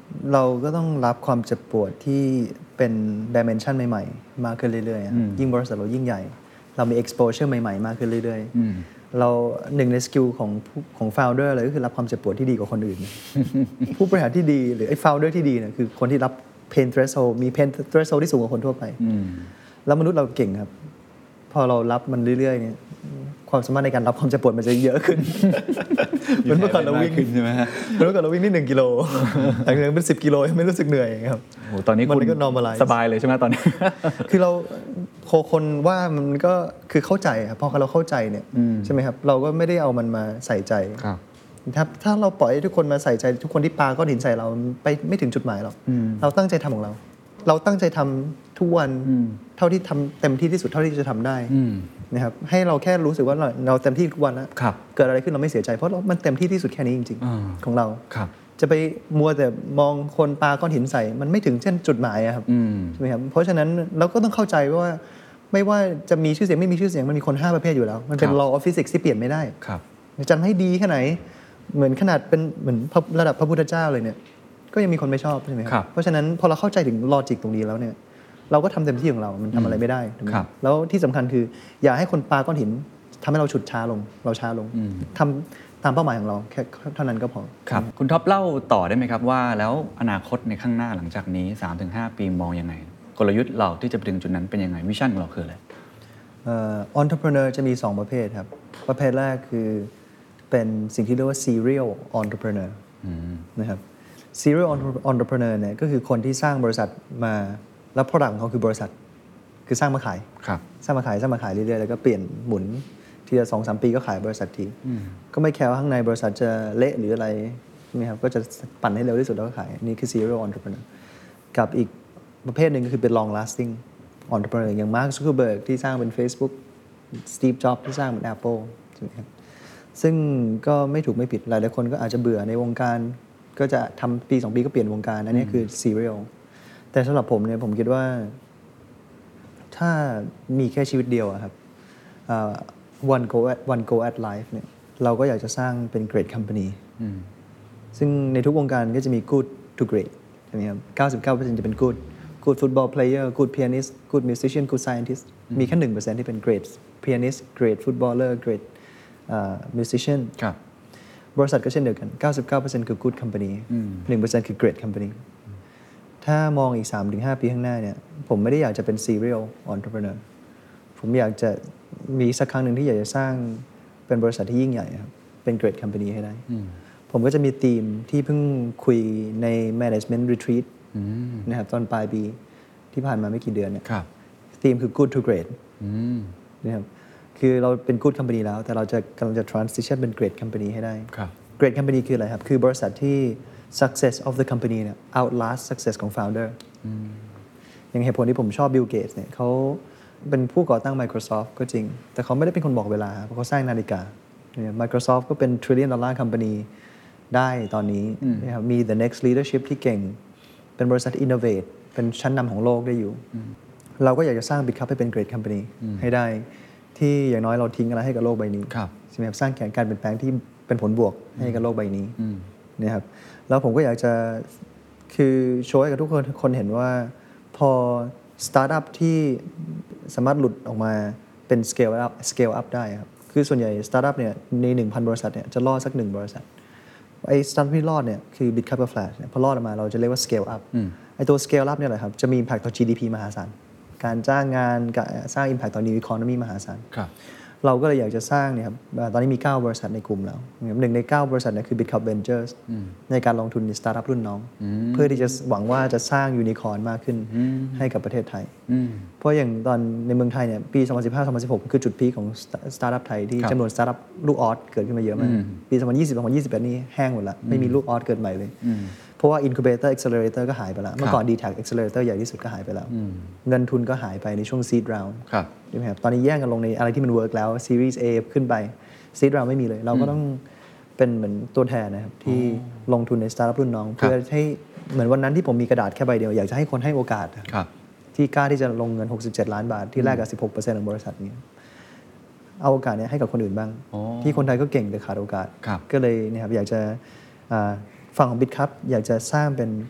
Speaker 3: เราก็ต้องรับความเจ็บปวดที่เป็นดิเมนชันใหม่ๆมากขึ้นเรื่อยๆยิ่งบริษัทเรายิ่งใหญ่เรามี exposure ใหม่ๆมากขึ้นเรื่อยๆเราหนึ่งในสกิลของของ founder เลยก็คือรับความเจ็บปวดที่ดีกว่าคนอื่น ผู้บริหารที่ดีหรือไอ้ founder ที่ดีเนี่ยคือคนที่รับ pain threshold มี pain threshold ที่สูงกว่าคนทั่วไปแล้วมนุษย์เราเก่งครับพอเรารับมันเรื่อยๆเนี่ยความสามารถในการรับความเจ็บปวดมันจะเยอะขึ้นเหมือนเมื่อก่อนเราวิ่งใช่ไหมฮะเมื่อก่อนเราวิ่งนี่หนึ่งกิโลหลังจากนั้นเป็นสิบกิโลยังไม่รู้สึกเหนื่อยครับ
Speaker 1: โอ้ตอนนี้คุณ
Speaker 3: ก็ normalize
Speaker 1: สบายเลยใช่ไหมตอนนี้
Speaker 3: คือเราพอคนว่ามันก็คือเข้าใจครับพอเราเข้าใจเนี่ยใช่ไหมครับเราก็ไม่ได้เอามันมาใส่ใจครับถ้าเราปล่อยให้ทุกคนมาใส่ใจทุกคนที่ปาก้อนหินใส่เราไปไม่ถึงจุดหมายหรอกเราตั้งใจทำของเราเราตั้งใจทำทุกวันเท่าที่ทำเต็มที่ที่สุดเท่าที่จะทำได้นะครับให้เราแค่รู้สึกว่าเราเราเต็มที่ทุกวันแล้วเกิดอะไรขึ้นเราไม่เสียใจเพราะมันเต็มที่ที่สุดแค่นี้จริงๆของเราจะไปมัวแต่มองคนปาก้อนหินใส่มันไม่ถึงเส้นจุดหมายครับใช่ไหมครับเพราะฉะนั้นเราก็ต้องเข้าใจว่าไม่ว่าจะมีชื่อเสียงไม่มีชื่อเสียงมันมีคนห้าประเภทอยู่แล้วมันเป็น law of physics ที่เปลี่ยนไม่ได้จะให้ดีแค่ไหนเหมือนขนาดเป็นเหมือนระดับพระพุทธเจ้าเลยเนี่ยก็ยังมีคนไม่ชอบใช่ไหมครับเพราะฉะนั้นพอเราเข้าใจถึงลอจิกตรงนี้แล้วเนี่ยเราก็ทำเต็มที่ของเรามันทำอะไรไม่ได้แล้วที่สำคัญคืออย่าให้คนปาก้อนหินทำให้เราฉุดช้าลงเราช้าลงทำตามเป้าหมายของเราแค่เท่านั้นก็พอ
Speaker 1: ครับคุณท็อปเล่าต่อได้ไหมครับว่าแล้วอนาคตในข้างหน้าหลังจากนี้ สามถึงห้า ปีมองยังไงกลยุทธ์เราที่จะไปถึงจุดนั้นเป็นยังไงวิชั่นของเราคืออะไร
Speaker 3: เอ่อ entrepreneur จะมีสองประเภทครับประเภทแรกคือเป็นสิ่งที่เรียกว่า serial entrepreneur นะครับ serial entrepreneur เนี่ยก็คือคนที่สร้างบริษัทมาแล้ว product ของเขาคือบริษัทคือสร้างมาขายสร้างมาขายสร้างมาขายเรื่อยๆแล้วก็เปลี่ยนหมุนทีละ สองถึงสาม ปีก็ขายบริษัททีก็ไม่แคร์ว่าข้างในบริษัทจะเละหรืออะไรนี่ครับก็จะปั่นให้เร็วที่สุดแล้วก็ขายนี่คือ serial entrepreneur กับอีกประเภทหนึ่งก็คือเป็น long lasting entrepreneur อย่าง Mark Zuckerberg ที่สร้างเป็น Facebook Steve Jobs ที่สร้างเป็น Apple ใช่ไหมครับซึ่งก็ไม่ถูกไม่ผิดหลายๆคนก็อาจจะเบื่อในวงการก็จะทำปีสองปีก็เปลี่ยนวงการอันนี้คือ serial แต่สำหรับผมเนี่ยผมคิดว่าถ้ามีแค่ชีวิตเดียวอะครับ uh, one go at one go at life เนี่ยเราก็อยากจะสร้างเป็น great company ซึ่งในทุกวงการก็จะมี good to great ใช่ไหมครับ เก้าสิบเก้าเปอร์เซ็นต์ จะเป็น good good football player good pianist good musician good scientist มีแค่ หนึ่งเปอร์เซ็นต์ ที่เป็น great pianist great footballer great uh, musician บริษัทก็เช่นเดียวกัน เก้าสิบเก้าเปอร์เซ็นต์ คือ good company หนึ่งเปอร์เซ็นต์ คือ great company ถ้ามองอีก สามถึงห้า ปีข้างหน้าเนี่ยผมไม่ได้อยากจะเป็น serial entrepreneur ผมอยากจะมีสักครั้งหนึ่งที่อยากจะสร้างเป็นบริษัทที่ยิ่งใหญ่ครับเป็น great company ให้ได้ผมก็จะมีทีมที่เพิ่งคุยใน management retreat นะครับตอนปลายปีที่ผ่านมาไม่กี่เดือนเนี่ยทีมคือ good to great นะครับคือเราเป็น good company แล้วแต่เราจะกำลังจะ transition เป็น great company ให้ได้ great company คืออะไรครับคือบริษัทที่ success of the company เนี่ย outlast success ของ founder อย่างเหตุผลที่ผมชอบ Bill Gates เนี่ยเขาเป็นผู้ก่อตั้ง Microsoft ก็จริงแต่เขาไม่ได้เป็นคนบอกเวลาเพราะเขาสร้างนาฬิกา Microsoft ก็เป็น trillion dollar company ได้ตอนนี้นะครับมี the next leadership ที่เก่งเป็นบริษัท innovate เป็นชั้นนำของโลกได้อยู่เราก็อยากจะสร้าง Big Cup ให้เป็น great company ให้ได้ที่อย่างน้อยเราทิ้งอะไรให้กับโลกใบนี้ใช่ไหมครับสร้างการเปลี่ยนแปลงที่เป็นผลบวกให้กับโลกใบนี้นะครับแล้วผมก็อยากจะคือโชว์ให้กับทุกคนคนเห็นว่าพอสตาร์ทอัพที่สามารถหลุดออกมาเป็น scale up scale up ได้ครับคือส่วนใหญ่สตาร์ทอัพเนี่ยใน หนึ่งพัน บริษัทเนี่ยจะรอดสักหนึ่งบริษัทไอ้สตาร์ทอัพที่รอดเนี่ยคือ Big Cup Flash เนี่ยพอรอดออกมาเราจะเรียกว่า scale up ไอ้ตัว scale up เนี่ยแหละครับจะมี impact ต่อ จี ดี พี มหาศาลการจ้างงานสร้าง impact ต่อ new economy มหาศาลเราก็เลยอยากจะสร้างเนี่ยครับตอนนี้มีเก้าบริษัทในกลุ่มแล้วหนึ่งในเก้าบริษัทเนี่ยคือ Big Cup Ventures ในการลงทุนในสตาร์ทอัพรุ่นน้องเพื่อที่จะหวังว่าจะสร้างยูนิคอร์นมากขึ้นให้กับประเทศไทยเพราะอย่างตอนในเมืองไทยเนี่ยปี สองพันสิบห้า สองพันสิบหก คือจุดพีคของสตาร์ทอัพไทยที่จำนวนสตาร์ทอัพลูกออสเกิดขึ้นมาเยอะมากปี สองพันยี่สิบ สองพันยี่สิบเอ็ด นี่แห้งหมดละไม่มีลูกออสเกิดใหม่เลยเพราะว่า incubator accelerator ก็หายไปแล้วเมื่อก่อน ดี แท็ก accelerator ใหญ่ที่สุดก็หายไปแล้วเงินทุนก็หายไปในช่วง seed round ใช่ไหมครับตอนนี้แย่งกันลงในอะไรที่มัน work แล้ว series A ขึ้นไป seed round ไม่มีเลยเราก็ต้องเป็นเหมือนตัวแทนนะครับที่ลงทุนใน startup รุ่นน้องเพื่อให้เหมือนวันนั้นที่ผมมีกระดาษแค่ใบเดียวอยากจะให้คนให้โอกาสที่กล้าที่จะลงเงินหกสิบเจ็ดล้านบาทที่แลกกับ สิบหกเปอร์เซ็นต์ ของบริษัทนี้เอาโอกาสนี้ให้กับคนอื่นบ้างที่คนไทยก็เก่งแต่ขาดโอกาสก็เลยเนี่ยครับอยากจะฝั่งของ Big Cup อยากจะสร้างเป็น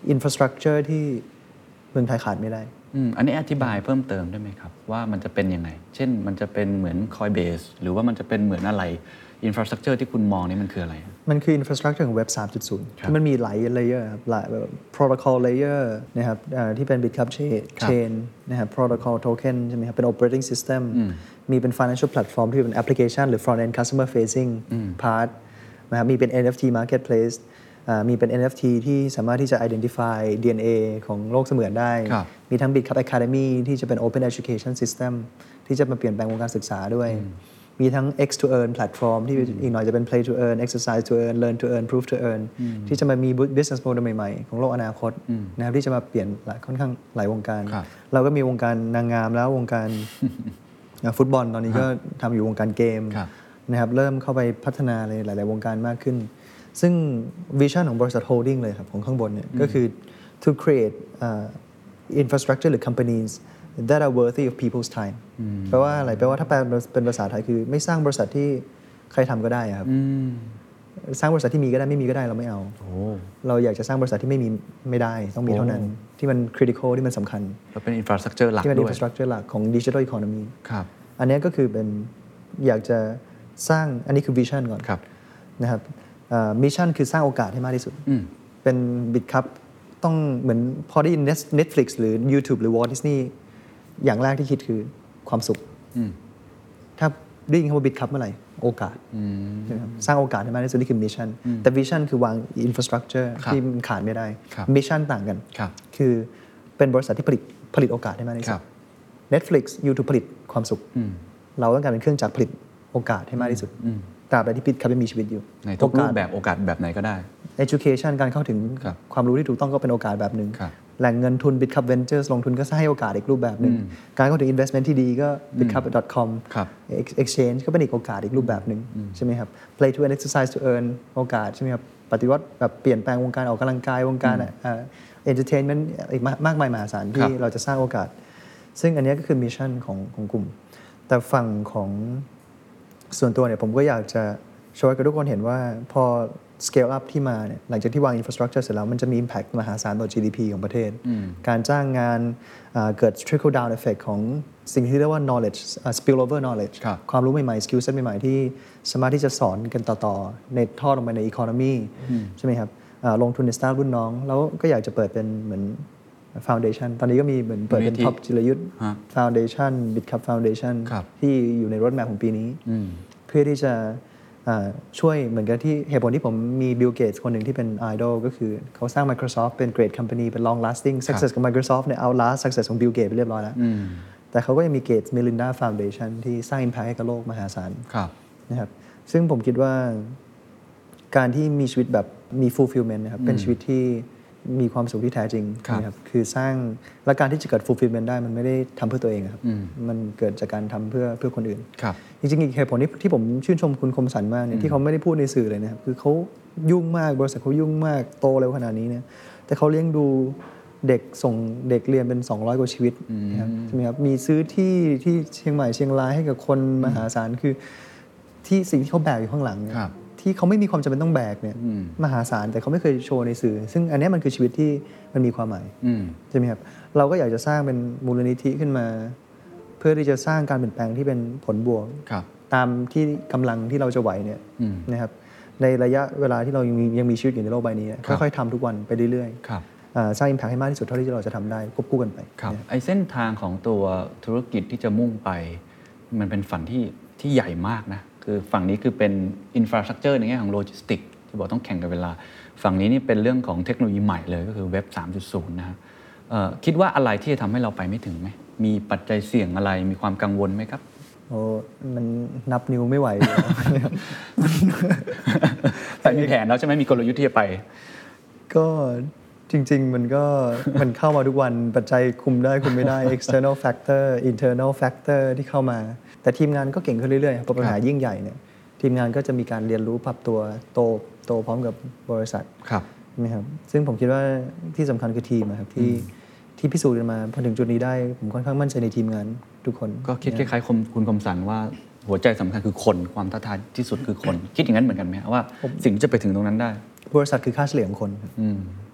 Speaker 3: infrastructure ที่เมืองไทยขาดไม่ได้
Speaker 1: อืมอันนี้อธิบายเพิ่มเติมได้ไหมครับว่ามันจะเป็นยังไงเช่นมันจะเป็นเหมือน Coinbase หรือว่ามันจะเป็นเหมือนอะไร infrastructure ที่คุณมองนี่มันคืออะไร
Speaker 3: มันคือ infrastructure ของ Web สามจุดศูนย์ ที่มันมีหลาย layer ครับหลายแบบ protocol layer นะครับที่เป็น Bitcup chain นะครับ protocol token ใช่ไหมครับเป็น operating system มีเป็น financial platform ที่เป็น application หรือ front end customer facing part นะครับมีเป็น เอ็น เอฟ ที marketplace มีเป็น เอ็น เอฟ ที ที่สามารถที่จะ identify ดี เอ็น เอ ของโลกเสมือนได้มีทั้ง Bitcup Academy ที่จะเป็น open education system ที่จะมาเปลี่ยนแปลงวงการศึกษาด้วยมีทั้ง X to Earn platform ที่อีกหน่อยจะเป็น Play to Earn Exercise to Earn Learn to Earn Prove to Earn ที่จะมามี business model ใหม่ๆของโลกอนาคตนะครับที่จะมาเปลี่ยนค่อนข้างหลายวงการเราก็มีวงการนางงามแล้ววงการฟุตบอลตอนนี้ก็ทำอยู่วงการเกมนะครับเริ่มเข้าไปพัฒนาในหลายๆวงการมากขึ้นซึ่งวิชั่นของบริษัท holding เลยครับของข้างบนเนี่ยก็คือ to create uh, infrastructure หรือ companies that are worthy of people's time แปลว่าอะไรแปลว่าถ้าแปลเป็นภาษาไทยคือไม่สร้างบริษัทที่ใครทำก็ได้ครับสร้างบริษัทที่มีก็ได้ไม่มีก็ได้เราไม่เอาเราอยากจะสร้างบริษัทที่ไม่มีไม่ได้ต้องมีเท่านั้นที่มัน critical ที่มันสำคัญ
Speaker 1: แล้วเป็น infrastructure หลักด้วย
Speaker 3: ที่เป็น infrastructure หลักของ digital economy
Speaker 1: ครับ
Speaker 3: อันนี้ก็คือเป็นอยากจะสร้างอันนี้คือ vision ก่อนนะครับมิชชั่นคือสร้างโอกาสให้มากที่สุดเป็น Bitcup ต้องเหมือนพอได้ยิน Netflix หรือ YouTube หรือ Walt Disney อย่างแรกที่คิดคือความสุขถ้าได้ยินคำว่า Bitcup เมื่อไหร่โอกาสสร้างโอกาสให้มากที่สุดนี่คือมิชชั่นแต่วิชั่นคือวาง infrastructure ที่มันขาดไม่ได้มิชชั่นต่างกันคือเป็นบริษัทที่ผลิตผลิตโอกาสให้มากที่สุด Netflix YouTube ผลิตความสุขเราต้องการเป็นเครื่องจักรผลิตโอกาสให้มากที่สุดตราบใดที่ Bitcup ยังมีชีวิตอยู่
Speaker 1: ในทุกรูปแบบโอกาสแบบไหนก็ได้
Speaker 3: education การเข้าถึงความรู้ที่ถูกต้องก็เป็นโอกาสแบบนึงแหล่งเงินทุน Bitcup Ventures ลงทุนก็ให้โอกาสอีกรูปแบบนึงการเข้าถึง investment ที่ดีก็ bitcup dot com exchange ก็เป็นอีกโอกาสอีกรูปแบบนึงใช่ไหมครับ play to earn exercise to earn โอกาสใช่ไหมครับปฏิวัติแบบเปลี่ยนแปลงวงการออกกำลังกายวงการ entertainment อีกมากมายมหาศาลที่เราจะสร้างโอกาสซึ่งอันนี้ก็คือมิชชั่นของของกลุ่มแต่ฝั่งของส่วนตัวเนี่ยผมก็อยากจะโชว์ให้กับทุกคนเห็นว่าพอ scale up ที่มาเนี่ยหลังจากที่วาง infrastructure เสร็จแล้วมันจะมี impact มหาศาลต่อ จี ดี พี ของประเทศการจ้างงานเกิด trickle down effect ของสิ่งที่เรียกว่า knowledge spill over knowledge ความรู้ใหม่ๆ skill set ใหม่ๆที่สามารถที่จะสอนกันต่อๆในทอดลงไปใน economy ใช่ไหมครับลงทุนใน startup รุ่นน้องแล้วก็อยากจะเปิดเป็นเหมือนfoundation ตอนนี้ก็มีเหมือนเปิดเป็น top จิรยุทธ์ foundation Bitcup foundation ที่อยู่ใน roadmap ของปีนี้เพื่อที่จะช่วยเหมือนกันที่เหตุผลที่ผมมี Bill Gates คนหนึ่งที่เป็น idol ก็คือเขาสร้าง Microsoft เป็น great company เป็น long lasting success ของ Microsoft เนี่ย outlast success ของ Bill Gates ไปเรียบร้อยแล้วแต่เขาก็ยังมี Gates Melinda Foundation ที่สร้าง impact ให้กับโลกมหาศาลนะครับซึ่งผมคิดว่าการที่มีชีวิตแบบมี fulfillment นะครับเป็นชีวิตที่มีความสุขที่แท้จริงนะครับคือสร้างและการที่จะเกิด fulfillment ได้มันไม่ได้ทำเพื่อตัวเองครับมันเกิดจากการทำเพื่อเพื่อคนอื่นจริงๆอีกเหตุผลที่ที่ผมชื่นชมคุณคมสันมากเนี่ยที่เขาไม่ได้พูดในสื่อเลยนะครับคือเขายุ่งมากบริษัทเขายุ่งมากโตเร็วขนาดนี้เนี่ยแต่เขาเลี้ยงดูเด็กส่งเด็กเรียนเป็นสองร้อยกว่าชีวิตนะครับใช่ไหมครับมีซื้อที่ที่เชียงใหม่เชียงรายให้กับคนมหาศาลคือที่สิ่งที่เขาแบกอยู่ข้างหลังที่เขาไม่มีความจำเป็นต้องแบกเนี่ยมหาศาลแต่เขาไม่เคยโชว์ในสื่อซึ่งอันนี้มันคือชีวิตที่มันมีความหมายใช่ไหมครับเราก็อยากจะสร้างเป็นมูลนิธิขึ้นมาเพื่อที่จะสร้างการเปลี่ยนแปลงที่เป็นผลบวกตามที่กำลังที่เราจะไหวเนี่ยนะครับในระยะเวลาที่เรายังมียังมีชีวิตอยู่ในโลกใบนี้ค่อยๆทำทุกวันไปเรื่อยๆสร้าง impact ให้มากที่สุดเท่าที่เราจะทำได้ควบคู่กันไป
Speaker 1: ไอ้เส้นทางของตัวธุรกิจที่จะมุ่งไปมันเป็นฝันที่ที่ใหญ่มากนะคือฝั่งนี้คือเป็นอินฟราสตรัคเจอร์ในแง่ของโลจิสติกที่บอกต้องแข่งกับเวลาฝั่งนี้นี่เป็นเรื่องของเทคโนโลยีใหม่เลยก็คือเว็บ สามจุดศูนย์ นะครับคิดว่าอะไรที่จะทำให้เราไปไม่ถึงไหมมีปัจจัยเสี่ยงอะไรมีความกังวลไหมครับ
Speaker 3: โอ้มันนับนิ้วไม่ไหว
Speaker 1: แต่มีแผนแล้วใช่ไหมมีกลยุทธ์ที่จะไป
Speaker 3: ก็จริงๆมันก็มันเข้ามาทุกวันปัจจัยคุมได้คุมไม่ได้ external factor internal factor ที่เข้ามาแต่ทีมงานก็เก่งขึ้นเรื่อยๆพอปัญหายิ่งใหญ่เนี่ยทีมงานก็จะมีการเรียนรู้ปรับตัวโตโตพร้อมกับบริษัทนะครับซึ่งผมคิดว่าที่สำคัญคือทีมครับที่ที่พิสูจน์กันมาพอถึงจุดนี้ได้ผมค่อนข้างมั่นใจในทีมงานทุกคน
Speaker 1: ก็คิดคล้ายๆคุณคมสันว่าหัวใจสำคัญคือคนความท้าทายที่สุดคือคนคิดอย่างนั้นเหมือนกันไหมว่าสิ่งที่จะไปถึงตรงนั้นได้
Speaker 3: บริษัทคือค่าเฉลี่ยของคน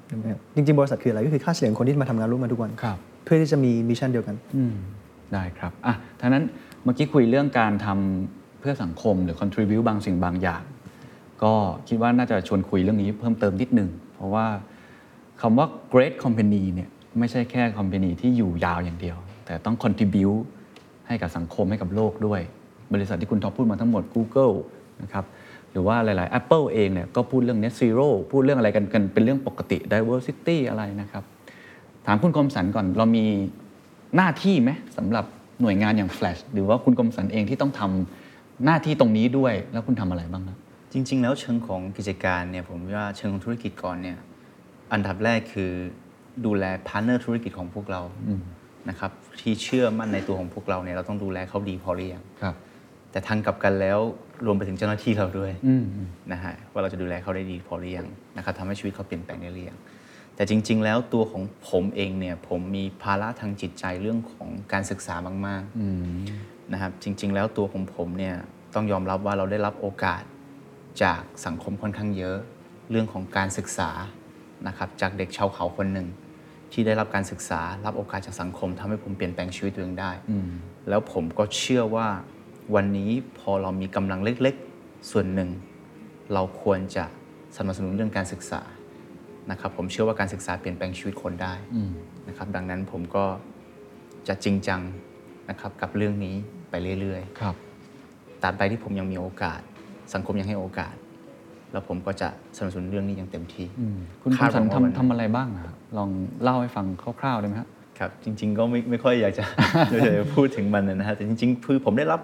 Speaker 3: จริงๆบริษัทคืออะไรก็คือค่าเฉลี่ยคนที่มาทำงานร่วมกันทุกวัน
Speaker 1: ครับ
Speaker 3: เพื่อที่จะมีมิชชั่นเดียวกัน
Speaker 1: อืมได้ครับอ่ะท่านั้นเมื่อกี้คุยเรื่องการทำเพื่อสังคมหรือ contribute บางสิ่งบางอย่างก็คิดว่าน่าจะชวนคุยเรื่องนี้เพิ่มเติมนิดนึงเพราะว่าคำว่า great company เนี่ยไม่ใช่แค่ company ที่อยู่ยาวอย่างเดียวแต่ต้อง contribute ให้กับสังคมให้กับโลกด้วยบริษัทที่คุณท็อปพูดมาทั้งหมด Google นะครับหรือว่าหลายๆ Apple เองเนี่ยก็พูดเรื่อง net zero พูดเรื่องอะไรกันกันเป็นเรื่องปกติ diversity อะไรนะครับถามคุณคมสันก่อนเรามีหน้าที่ไหมสำหรับหน่วยงานอย่าง Flash หรือว่าคุณคมสันเองที่ต้องทำหน้าที่ตรงนี้ด้วยแล้วคุณทำอะไรบ้างครับ
Speaker 2: จริงๆแล้วเชิงของกิจการเนี่ยผมว่าเชิงของธุรกิจก่อนเนี่ยอันดับแรกคือดูแลพาร์ทเนอร์ธุรกิจของพวกเรานะครับที่เชื่อมั่นในตัวของพวกเราเนี่ยเราต้องดูแลเขาดีพอหรือยัง
Speaker 1: ครับ
Speaker 2: แต่ทางกลับกันแล้วรวมไปถึงเจ้าหน้าที่เราด้วยนะฮะว่าเราจะดูแลเขาได้ดีพอหรือยังนะครับทำให้ชีวิตเขาเปลี่ยนแปลงได้หรือยังแต่จริงๆแล้วตัวของผมเองเนี่ยผมมีภาระทางจิตใจเรื่องของการศึกษามากๆนะครับจริงๆแล้วตัวของผมเนี่ยต้องยอมรับว่าเราได้รับโอกาสจากสังคมค่อนข้างเยอะเรื่องของการศึกษานะครับจากเด็กชาวเขาคนหนึ่งที่ได้รับการศึกษารับโอกาสจากสังคมทำให้ผมเปลี่ยนแปลงชีวิตตัวเองได้แล้วผมก็เชื่อว่าวันนี้พอเรามีกำลังเล็กๆส่วนหนึ่งเราควรจะสนับสนุนเรื่องการศึกษานะครับผมเชื่อว่าการศึกษาเปลี่ยนแปลงชีวิตคนได้นะครับดังนั้นผมก็จะจริงจังนะครับกับเรื่องนี้ไปเรื่อยๆครับตราบใดที่ผมยังมีโอกาสสังคมยังให้โอกาสแล้วผมก็จะสนับสนุนเรื่องนี้อย่างเต็มที่
Speaker 1: คุณคมสันทำทำอะไรบ้างครับลองเล่าให้ฟังคร่าวๆได้ไหมครับ
Speaker 2: ครับจริงๆก็ไม่ไม่ค่อยอยากจะ จะพูดถึงมันนะฮะแต่จริงๆคือผมได้รับ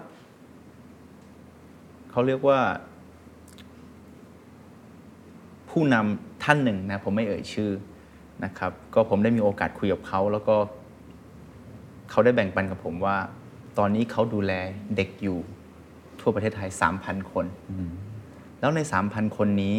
Speaker 2: เขาเรียกว่าผู้นำท่านหนึ่งนะผมไม่เอ่ยชื่อนะครับก็ผมได้มีโอกาสคุยกับเขาแล้วก็เขาได้แบ่งปันกับผมว่าตอนนี้เขาดูแลเด็กอยู่ทั่วประเทศไทย สามพัน คนแล้วใน สามพัน คนนี้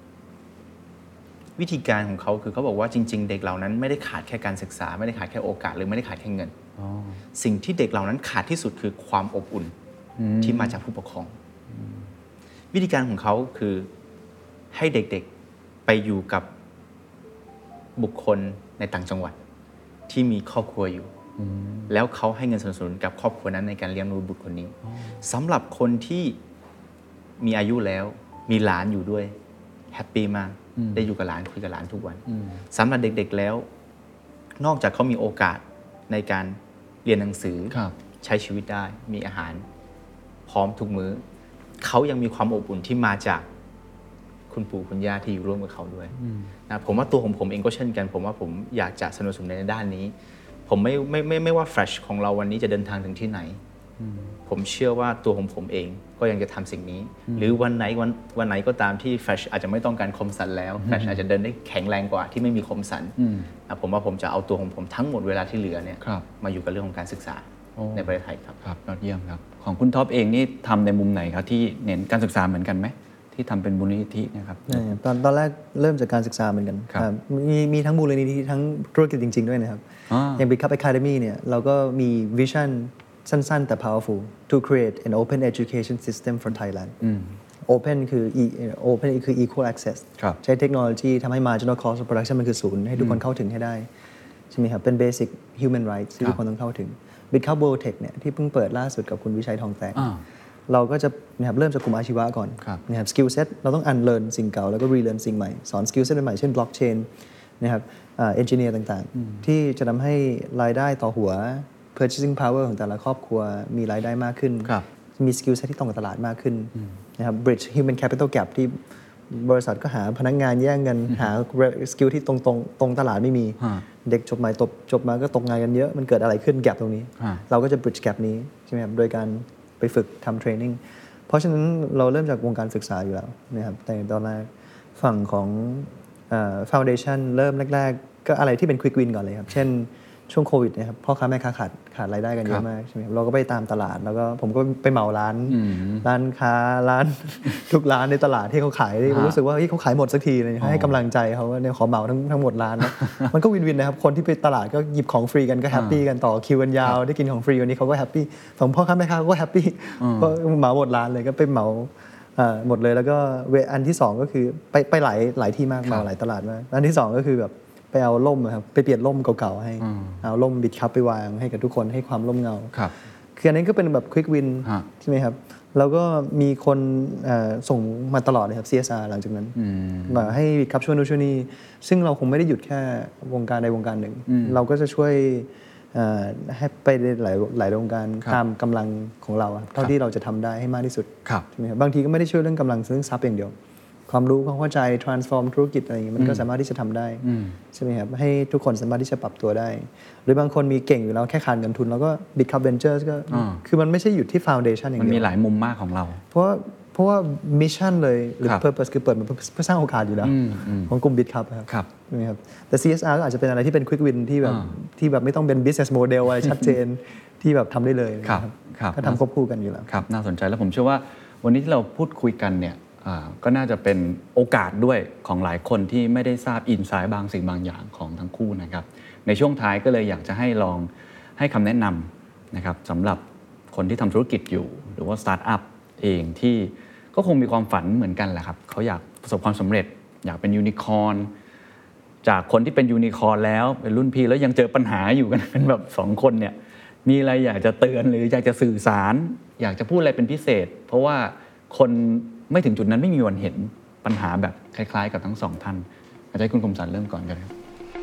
Speaker 2: วิธีการของเขาคือเขาบอกว่าจริงๆเด็กเหล่านั้นไม่ได้ขาดแค่การศึกษาไม่ได้ขาดแค่โอกาสหรือไม่ได้ขาดแค่เงินสิ่งที่เด็กเหล่านั้นขาดที่สุดคือความอบอุ่นที่มาจากผู้ปกครองวิธีการของเขาคือให้เด็กๆไปอยู่กับบุคคลในต่างจังหวัดที่มีครอบครัวอยู่แล้วเขาให้เงินสนับสนุนกับครอบครัวนั้นในการเลี้ยงดูบุตรคนนี้สำหรับคนที่มีอายุแล้วมีหลานอยู่ด้วยแฮปปี้มากได้อยู่กับหลานคุยกับหลานทุกวันสำหรับเด็กๆแล้วนอกจากเขามีโอกาสในการเรียนหนังสือใช้ชีวิตได้มีอาหารพร้อมทุกมื้อเขายังมีความอบอุ่นที่มาจากคุณปู่คุณย่าที่อยู่ร่วมกับเขาด้วยนะผมว่าตัวของผมเองก็เช่นกันผมว่าผมอยากจะสนับสนุนในด้านนี้ผมไม่ไม่ไม่ไม่ว่าแฟลชของเราวันนี้จะเดินทางถึงที่ไหนผมเชื่อว่าตัวของผมเองก็ยังจะทำสิ่งนี้หรือวันไหนวันวันไหนก็ตามที่แฟลชอาจจะไม่ต้องการคมสันแล้วแฟลชอาจจะเดินได้แข็งแรงกว่าที่ไม่มีคมสันนะผมว่าผมจะเอาตัวของผมทั้งหมดเวลาที่เหลือเนี่ยมาอยู่กับเรื่องของการศึกษาในประเทศไทยครับ
Speaker 1: ครับยอดเยี่ยมครับของคุณท็อปเองนี่ทำในมุมไหนครับที่เน้นการศึกษาเหมือนกันไหมที่ทำเป็นมูลนิธินะครับ
Speaker 3: ตอนตอนแรกเริ่มจากการศึกษาเหมือนกันมีมีทั้งมูลนิธิทั้งธุรกิจจริงๆด้วยนะครับอย่าง Big Cup Academy เนี่ยเราก็มีวิชั่นสั้นๆแต่ powerful to create an open education system for Thailand open คือ open คือ equal access ใช้เทคโนโลยีทำให้ marginal cost of production มันคือศูนย์ให้ทุกคนเข้าถึงให้ได้ใช่ไหมครับเป็น basic human rights ที่ทุกคนต้องเข้าถึง Big Cup World Tech เนี่ยที่เพิ่งเปิดล่าสุดกับคุณวิชัยทองแตกเราก็จะนะครับเริ่มจากกลุ่มอาชีวะก่อนนะครับ skill set เราต้อง unlearn สิ่งเก่าแล้วก็ relearn สิ่งใหม่สอน skill set ใหม่เช่น blockchain นะครับ engineer ต่างๆที่จะทำให้รายได้ต่อหัว purchasing power ของแต่ละครอบครัวมีรายได้มากขึ้นมี skill set ที่ตรงกับตลาดมากขึ้นนะครับ bridge human capital gap ที่บริษัทก็หาพนักงานแย่งกันหา skill ที่ตรงตรงตรงตลาดไม่มีเด็กจบใหม่จบจบมาก็ตกงานกันเยอะมันเกิดอะไรขึ้น gap ตรงนี้เราก็จะ bridge gap นี้ใช่ไหมครับโดยการไปฝึกทำเทรนนิ่งเพราะฉะนั้นเราเริ่มจากวงการศึกษาอยู่แล้วนะครับแต่ตอนแรกฝั่งของ foundation เริ่มแรกๆก็อะไรที่เป็น quick win ก่อนเลยครับเช่นช่วงโควิดนะครับพ่อค้าแม่ค้าขาดขาดรายได้กันเยอะมากใช่ไหมเราก็ไปตามตลาดแล้วก็ผมก็ไปเหมาร้านร้านค้าร้านทุกร้านในตลาดที่เขาขายรู้สึกว่าเขาขายหมดสักทีเลยให้กำลังใจเขาว่าเนี่ยขอเหมาทั้งทั้งหมดร้านมันก็วินวินนะครับคนที่ไปตลาดก็หยิบของฟรีกันก็แฮปปี้กันต่อคิวกันยาวได้กินของฟรีวันนี้เขาก็แฮปปี้ฝั่งพ่อค้าแม่ค้าก็แฮปปี้ก็เหมาหมดร้านเลยก็ไปเหมาหมดเลยแล้วก็อันที่สองก็คือไปไปหลายหลายที่มากเหมาหลายตลาดมากอันที่สองก็คือแบบไปเอาล่มครับไปเปลี่ยนล่มเก่าๆให้เอาล่มบิดคัพไปวางให้กับทุกคนให้ความร่มเงา
Speaker 1: ครับ
Speaker 3: คืออันนี้ก็เป็นแบบ quick win ใช่ไหมครับแล้วก็มีคนส่งมาตลอดเลยครับ ซี เอส อาร์ หลังจากนั้นมาให้บิดคัพช่วยนู่นช่วยนี่ซึ่งเราคงไม่ได้หยุดแค่วงการใดวงการหนึ่งเราก็จะช่วยให้ไปหลายหลายวงการตามกำลังของเราเท่าที่เราจะทำได้ให้มากที่สุดใช่ไหมครับบางทีก็ไม่ได้ช่วยเรื่องกำลังเรื่องทรัพย์อย่างเดียวความรู้ความเข้าใจ transform ธุรกิจอะไรอย่างนี้มันก็สามารถที่จะทำได้ใช่ไหมครับให้ทุกคนสามารถที่จะปรับตัวได้หรือบางคนมีเก่งอยู่แล้วแค่ขาดเงินทุนแล้วก็ Big Cup Ventures ก็คือมันไม่ใช่อยู่ที่ foundation อย่างเดียว
Speaker 1: มันมีหลายมุมมากของเรา
Speaker 3: เพราะเพราะว่า mission เลยหรือ purpose คือเปิดมาเพื่อสร้างโอกาสอยู่แล้วของกลุ่ม Big Cup ครับใช่ไหมครับแต่ ซี เอส อาร์ ก็อาจจะเป็นอะไรที่เป็น quick win ที่แบบที่แบบไม่ต้องเป็น business model อะไรชัดเจนที่แบบทำได้เลยครับก็ทำควบคู่กันอยู่แล้ว
Speaker 1: ครับน่าสนใจแล้วผมเชื่อว่าวันนี้ที่เราพูดคุยกันเนี่ยก็น่าจะเป็นโอกาสด้วยของหลายคนที่ไม่ได้ทราบอินไซต์บางสิ่งบางอย่างของทั้งคู่นะครับในช่วงท้ายก็เลยอยากจะให้ลองให้คำแนะนำนะครับสำหรับคนที่ทำธุรกิจอยู่หรือว่าสตาร์ทอัพเองที่ก็คงมีความฝันเหมือนกันแหละครับเขาอยากประสบความสำเร็จอยากเป็นยูนิคอร์นจากคนที่เป็นยูนิคอร์นแล้วเป็นรุ่นพี่แล้วยังเจอปัญหาอยู่กันเป็นแบบสองคนเนี่ยมีอะไรอยากจะเตือนหรืออยากจะสื่อสารอยากจะพูดอะไรเป็นพิเศษเพราะว่าคนไม่ถึงจุดนั้นไม่มีวันเห็นปัญหาแบบคล้ายๆกับทั้งสองท่านอาจจะให้คุณคมสันต์เริ่มก่อนกันครับ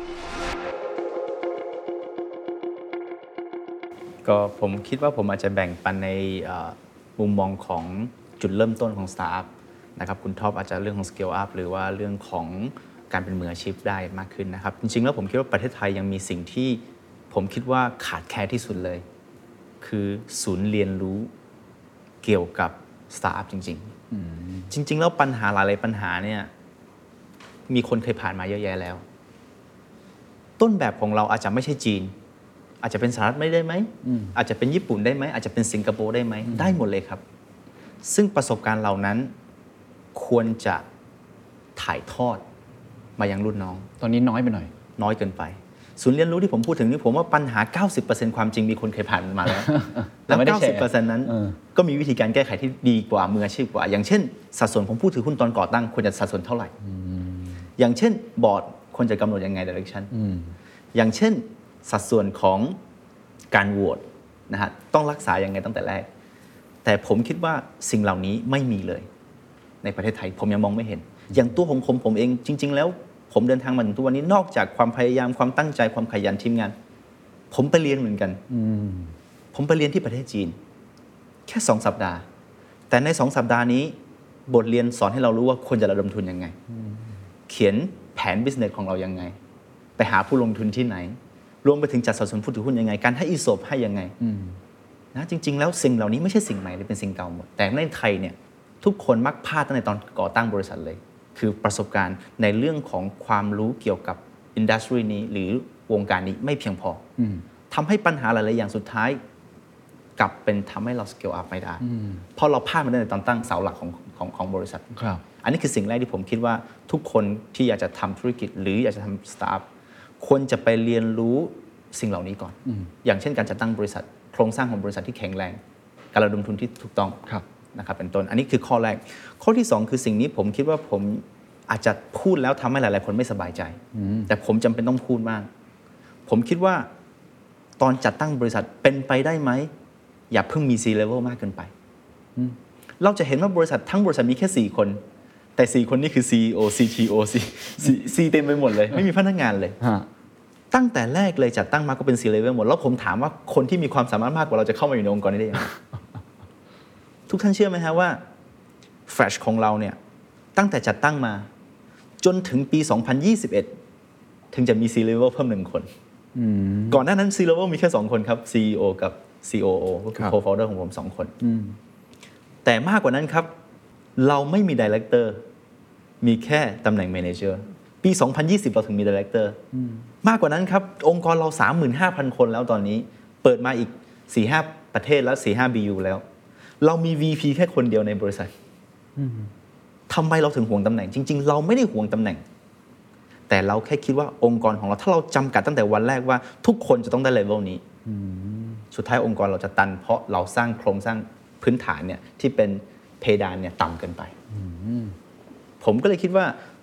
Speaker 2: ก็ผมคิดว่าผมอาจจะแบ่งปันในมุมมองของจุดเริ่มต้นของสตาร์ทอัพนะครับคุณท็อปอาจจะเรื่องของ scale up หรือว่าเรื่องของการเป็นมืออาชีพได้มากขึ้นนะครับจริงๆแล้วผมคิดว่าประเทศไทยยังมีสิ่งที่ผมคิดว่าขาดแคลนที่สุดเลยคือศูนย์เรียนรู้เกี่ยวกับสตาร์ทอัพจริงๆจริงๆแล้วปัญหาหลายๆปัญหาเนี่ยมีคนเคยผ่านมาเยอะแยะแล้วต้นแบบของเราอาจจะไม่ใช่จีนอาจจะเป็นสหรัฐไม่ได้ไหมอาจจะเป็นญี่ปุ่นได้ไหมอาจจะเป็นสิงคโปร์ได้ไหมได้หมดเลยครับซึ่งประสบการณ์เหล่านั้นควรจะถ่ายทอดมายังรุ่นน้อง
Speaker 1: ตอนนี้น้อยไปหน่อย
Speaker 2: น้อยเกินไปศูนย์เรียนรู้ที่ผมพูดถึงนี่ผมว่าปัญหา เก้าสิบเปอร์เซ็นต์ ความจริงมีคนเคยผ่านมันมาแล้วแล้ว เก้าสิบเปอร์เซ็นต์ นั้นก็มีวิธีการแก้ไขที่ดีกว่ามืออาชีพกว่าอย่างเช่นสัดส่วนของผู้ถือหุ้นตอนก่อตั้งควรจะสัดส่วนเท่าไหร่อย่างเช่นบอร์ดควรจะกำหนดยังไง direction อย่างเช่นสัดส่วนของการโหวตนะฮะต้องรักษายังไงตั้งแต่แรกแต่ผมคิดว่าสิ่งเหล่านี้ไม่มีเลยในประเทศไทยผมยังมองไม่เห็นอย่างตัวของผมผมเองจริงๆแล้วผมเดินทางมาถึงทุกวันนี้นอกจากความพยายามความตั้งใจความขยันทีมงานผมไปเรียนเหมือนกันผมไปเรียนที่ประเทศจีนแค่สองสัปดาห์แต่ในสองสัปดาห์นี้บทเรียนสอนให้เรารู้ว่าควรจะระดมทุนยังไงเขียนแผน business ของเรายังไงไปหาผู้ลงทุนที่ไหนรวมไปถึงจัดสัดส่วนผู้ถือหุ้นยังไงการให้อีโซปให้ยังไงนะจริงๆแล้วสิ่งเหล่านี้ไม่ใช่สิ่งใหม่เลยเป็นสิ่งเก่าหมดแต่ในไทยเนี่ยทุกคนมักพลาดตั้งแต่ตอนก่อตั้งบริษัทเลยคือประสบการณ์ในเรื่องของความรู้เกี่ยวกับอินดัสทรีนี้หรือวงการนี้ไม่เพียงพอทำให้ปัญหาหลายๆอย่างสุดท้ายกลับเป็นทำให้เราสเกลอัพไม่ได้เพราะเราพลาดมาตั้งแต่ตอนตั้งเสาหลักของของของบริษัทอันนี้คือสิ่งแรกที่ผมคิดว่าทุกคนที่อยากจะทำธุรกิจหรืออยากจะทำสตาร์ทอัพควรจะไปเรียนรู้สิ่งเหล่านี้ก่อนอย่างเช่นการจัดตั้งบริษัทโครงสร้างของบริษัทที่แข็งแรงการระดมทุนที่ถูกต้องนะครับเป็นต้นอันนี้คือข้อแรกข้อที่สองคือสิ่งนี้ผมคิดว่าผมอาจจะพูดแล้วทำให้หลายๆคนไม่สบายใจแต่ผมจำเป็นต้องพูดมากผมคิดว่าตอนจัดตั้งบริษัทเป็นไปได้ไหมอย่าเพิ่งมี C level มากเกินไปเราจะเห็นว่าบริษัททั้งบริษัทมีแค่สี่คนแต่สี่คนนี้คือ ซี อี โอ ซี ที โอ C C เต็มไปหมดเลยไม่มีพนักงานเลยตั้งแต่แรกเลยจัดตั้งมาก็เป็น C level หมดแล้วผมถามว่าคนที่มีความสามารถมากกว่าเราจะเข้ามาอยู่ในองค์กรนี้ได้ยังไงทุกท่านเชื่อไหมฮะว่า Flash ของเราเนี่ยตั้งแต่จัดตั้งมาจนถึงปีสองพันยี่สิบเอ็ดถึงจะมี C level เพิ่มหนึ่งคนก่อนหน้านั้น C level มีแค่สองคนครับ ซี อี โอ กับ ซี โอ โอ ก็คือ co-founder ของผมสองคนแต่มากกว่านั้นครับเราไม่มี Director มีแค่ตำแหน่ง Manager ปีสองพันยี่สิบเราถึงมี Director มากกว่านั้นครับองค์กรเรา สามหมื่นห้าพัน คนแล้วตอนนี้เปิดมาอีก สี่ห้า ประเทศแล้ว สี่ห้า บี ยู แล้วเรามี วี พี แค่คนเดียวในบริษัททำไมเราถึงห่วงตำแหน่งจริงๆเราไม่ได้ห่วงตำแหน่งแต่เราแค่คิดว่าองค์กรของเราถ้าเราจำกัดตั้งแต่วันแรกว่าทุกคนจะต้องได้เลเวลนี้สุดท้ายองค์กรเราจะตันเพราะเราสร้างโครงสร้างพื้นฐานเนี่ยที่เป็นเพดานเนี่ยต่ำเกินไปผมก็เลยคิดว่า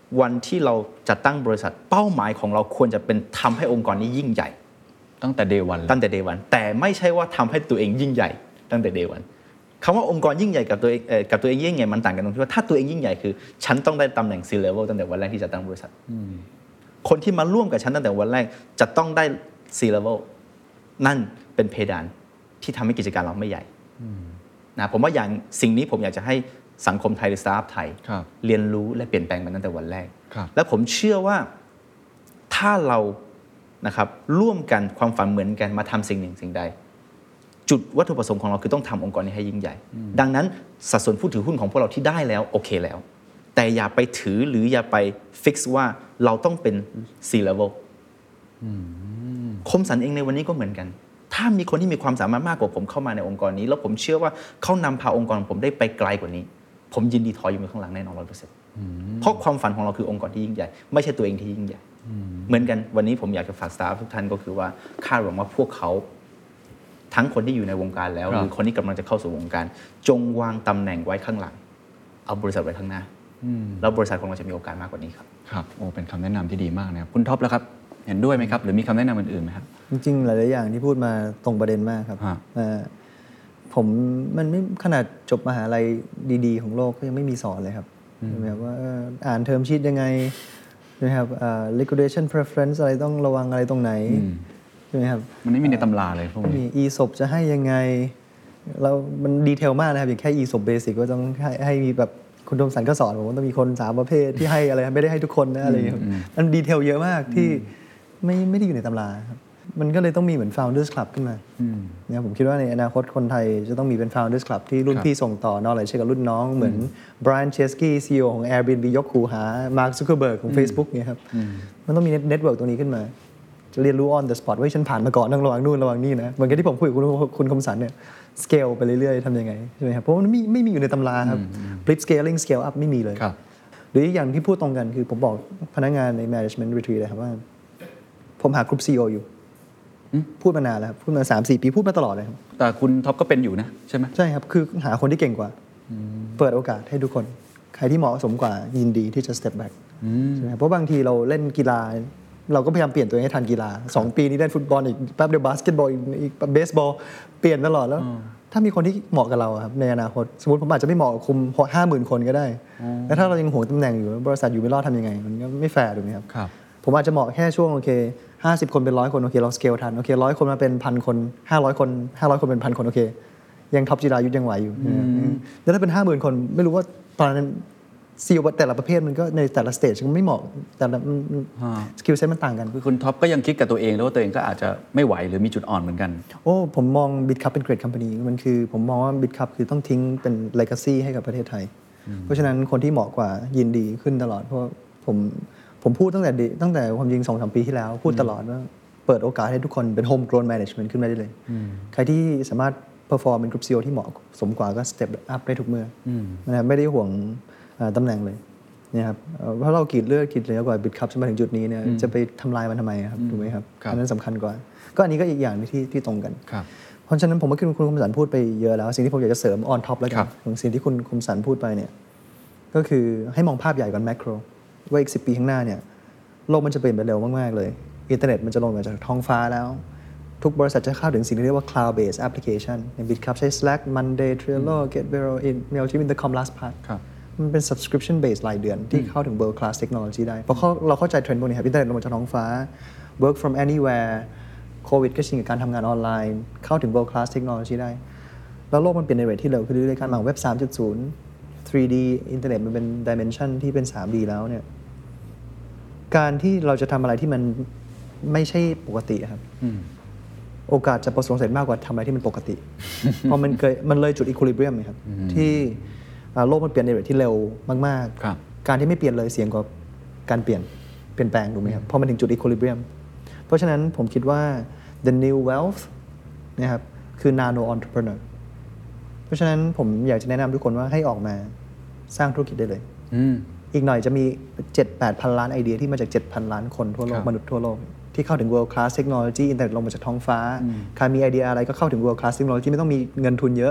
Speaker 2: วันที่เราจัดตั้งบริษัทเป้าหมายของเราควรจะเป็นทำให้องค์กรนี้ยิ่งใหญ่
Speaker 1: ตั้งแต่ day one
Speaker 2: ตั้งแต่ day one แต่ไม่ใช่ว่าทำให้ตัวเองยิ่งใหญ่ตั้งแต่ day one คำว่าองค์กรยิ่งใหญ่กับตัวเองเอ่อกับตัวเองยิ่งใหญ่มันต่างกันตรงที่ว่าถ้าตัวเองยิ่งใหญ่คือฉันต้องได้ตำแหน่ง C level ตั้งแต่วันแรกที่จะตั้งบริษัทคนที่มาร่วมกับฉันตั้งแต่วันแรกจะต้องได้ C level นั่นเป็นเพดานที่ทำให้กิจการเราไม่ใหญ่นะผมว่าอย่างสิ่งนี้ผมอยากจะให้สังคมไทยหรือสตาร์ทอัพไทยเรียนรู้และเปลี่ยนแปลงมันตั้งแต่วันแรกและผมเชื่อว่าถ้าเรานะครับร่วมกันความฝันเหมือนกันมาทำสิ่งหนึ่งสิ่งใดจุดวัตถุประสงค์ของเราคือต้องทำองค์กรนี้ให้ยิ่งใหญ่ดังนั้นสัดส่วนผู้ถือหุ้นของพวกเราที่ได้แล้วโอเคแล้วแต่อย่าไปถือหรืออย่าไปฟิกซ์ว่าเราต้องเป็น C level คมสันเองในวันนี้ก็เหมือนกันถ้ามีคนที่มีความสามารถมากกว่าผมเข้ามาในองค์กรนี้แล้วผมเชื่อว่าเขานำพาองค์กรของผมได้ไปไกลกว่านี้ผมยินดีถอยอยู่ข้างหลังแน่นอน ร้อยเปอร์เซ็นต์ เพราะความฝันของเราคือองค์กรที่ยิ่งใหญ่ไม่ใช่ตัวเองที่ยิ่งใหญ่เหมือนกันวันนี้ผมอยากจะฝากสตาฟทุกท่านก็คือว่าคาดหวังว่าพวกเขาทั้งคนที่อยู่ในวงการแล้วหรือคนที่กำลังจะเข้าสู่วงการจงวางตำแหน่งไว้ข้างหลังเอาบริษัทไว้ข้างหน้าแล้วบริษัทของเราจะมีโอกาสมากกว่านี้ครับ
Speaker 1: ครับโอ้เป็นคำแนะนำที่ดีมากนะครับคุณท็อปแล้วครับเห็นด้วยไหมครับหรือมีคำแนะนำอื่นๆไหมครับ
Speaker 3: จริงๆหลายๆอย่างที่พูดมาตรงประเด็นมากครับผมมันไม่ขนาดจบมหาลัยดีๆของโลกก็ยังไม่มีสอนเลยครับใช่ไหมครับว่าอ่านเทอมชีตยังไงนะครับ liquidation preference อะไรต้องระวังอะไรตรงไหนใช่ไหมครับ
Speaker 1: มันไม่มีในตำราเลยพวกนี้
Speaker 3: มี อี เอส โอ พี จะให้ยังไงเรามันดีเทลมากนะครับอย่างแค่ อี เอส โอ พี basic ก็ต้องให้ให้มีแบบคุณดมสันก็สอนผมว่าต้องมีคนสามประเภทที่ให้อะไรไม่ได้ให้ทุกคนนะอะไรอย่างเงี้ยมันดีเทลเยอะมากที่ไม่ไม่ได้อยู่ในตำราครับมันก็เลยต้องมีเหมือน Founders Club ขึ้นมาเนี่ยผมคิดว่าในอนาคตคนไทยจะต้องมีเป็น Founders Club ที่รุ่นพี่ส่งต่อ knowledge ให้กับรุ่นน้องเหมือน Brian Chesky ซี อี โอ ของ Airbnb ยกหูหา Mark Zuckerberg ของ Facebook เนี่ยครับมันต้องมี network ตรงนี้ขึ้นมาจะเรียนรู้ on the spot ว่าฉันผ่านมาก่อนต้องระวังนู่นระวังนี่นะเหมือนกับที่ผมคุยกับคุณคุณคมสันเนี่ย scale ไปเรื่อยๆทำยังไงใช่ไหมครับเพราะมันไม่ไม่มีอยู่ในตำราครับ blitz scaling scale up ไม่มีเลยหรืออย่างที่พูดตรงกันคือผมบอกพนักงานใน management retreat เลยครับว่าผมหากรุ๊ป ซี อี โอ อยู่พูดมานานแล้วครับพูดมา สามสี่ ปีพูดมาตลอดเลยครับ
Speaker 1: แต่คุณท็อปก็เป็นอยู่นะใช่ไหม
Speaker 3: ใช่ครับคือหาคนที่เก่งกว่าเปิดโอกาสให้ทุกคนใครที่เหมาะสมกว่ายินดีที่จะ step back ใช่ไหมเพราะบางทีเราเล่นกีฬาเราก็พยายามเปลี่ยนตัวเองให้ทันกีฬาสองปีนี้เล่นฟุตบอลอีกแป๊บเดียวบาสเกตบอลอีกเบสบอลเปลี่ยนตลอดแล้วถ้ามีคนที่เหมาะกับเราครับในอนาคตสมมติผมอาจจะไม่เหมาะกับคุม ห้าหมื่น คนก็ได้แล้วถ้าเรายังหวงตำแหน่งอยู่บริษัทอยู่ไม่รอดทำยังไงมันก็ไม่แฟร์ถูกไหมครับผมอาจจะเหมาะแค่ช่วงโอเคห้าสิบคนเป็นร้อยคนโอเคเราสเกลทันโอเคร้อยคนมาเป็นพันคนห้าร้อยคนห้าร้อยคนเป็นพันคนโอเคยังท็อปจิรายุทธยังไหวอยู่แล้วถ้าเป็น ห้าหมื่น คนไม่รู้ว่าตอนนั้นซีอีโอแต่ละประเภทมันก็ในแต่ละสเตจมันไม่เหมาะแต่ละสกิลเซ็ตมันต่างกัน
Speaker 1: คือคุณท็อปก็ยังคิดกับตัวเองแล้วว่าตัวเองก็อาจจะไม่ไหวหรือมีจุดอ่อนเหมือนกัน
Speaker 3: โอ้ผมมอง BitCup เป็น Great Company มันคือผมมองว่า BitCup คือต้องทิ้งเป็น legacy ให้กับประเทศไทยเพราะฉะนั้นคนที่เหมาะกว่ายินดีขึ้นตลอดเพราะผมผมพูดตั้งแต่ตั้งแต่ความจริง สองสาม ปีที่แล้วพูดตลอดว่าเปิดโอกาสให้ทุกคนเป็น Homegrown Management ขึ้นมาได้เลยใครที่สามารถ perform เป็น Group ซี อี โอ ที่เหมาะสมกว่าก็ step up ได้ทุกเมื่อนะครับไม่ได้ห่วงตำแหน่งเลยเนี่ยครับเพราะเรากรีดเลือดกรีดเนื้อกว่า BitCup จนมาถึงจุดนี้เนี่ยจะไปทำลายมันทำไมครับถูกไหมครับอันนั้นสำคัญกว่าก็อันนี้ก็อีกอย่างที่ที่ตรงกันเพราะฉะนั้นผมว่าคุณคมสันพูดไปเยอะแล้วสิ่งที่ผมอยากจะเสริม on top แล้วกันของสิ่งที่คุณคมสันพูดไปเนี่ยก็คือให้มองภาพใหญ่ก่อน macro ว่าอีกสิบปีข้างหน้าเนี่ยโลกมันจะเปลี่ยนไปเร็วมากๆเลยอินเทอร์เน็ตมันจะลงมาจากท้องฟ้าแล้วทุกบริษัทจะเข้าถึงสิ่งที่เรียกว่า cloud based application ใน BitCup ใช้ Slack Monday Trello GetVero Mailchimp Intercom LastPassมันเป็น subscription based รายเดือนที่เข้าถึง world class technology ได้เพราะเราเข้าใจเทรนด์พวกนี้ครับอินเทอร์เน็ตลงมาจากท้องฟ้า work from anywhere โควิดก็ชินกับการทำงานออนไลน์เข้าถึง world class technology ได้แล้วโลกมันเปลี่ยนในเรทที่เร็วขึ้นเรื่อยๆการมาเว็บ สามจุดศูนย์ ทรี ดี อินเทอร์เน็ตมันเป็น dimension ที่เป็น ทรี ดี แล้วเนี่ยการที่เราจะทำอะไรที่มันไม่ใช่ปกติครับโอกาสจะประสบความสำเร็จมากกว่าทำอะไรที่มันปกติ เพราะมันเคยมันเลยจุด equilibrium ครับที่โลกมันเปลี่ยนในเรทที่เร็วมากๆการที่ไม่เปลี่ยนเลยเสี่ยงกว่าการเปลี่ยนเปลี่ยนแปลงถูกไหมครับเพราะมันถึงจุด equilibrium เพราะฉะนั้นผมคิดว่า the new wealth นะครับคือ nano entrepreneur เพราะฉะนั้นผมอยากจะแนะนำทุกคนว่าให้ออกมาสร้างธุรกิจได้เลยอีกหน่อยจะมี เจ็ดแปด พันล้านไอเดียที่มาจาก เจ็ดพัน ล้านคนทั่วโลกมนุษย์ทั่วโลกที่เข้าถึง world class technology อินเทอร์เน็ตลงมาจากท้องฟ้าใครมีไอเดียอะไรก็เข้าถึง world class technology ไม่ต้องมีเงินทุนเยอะ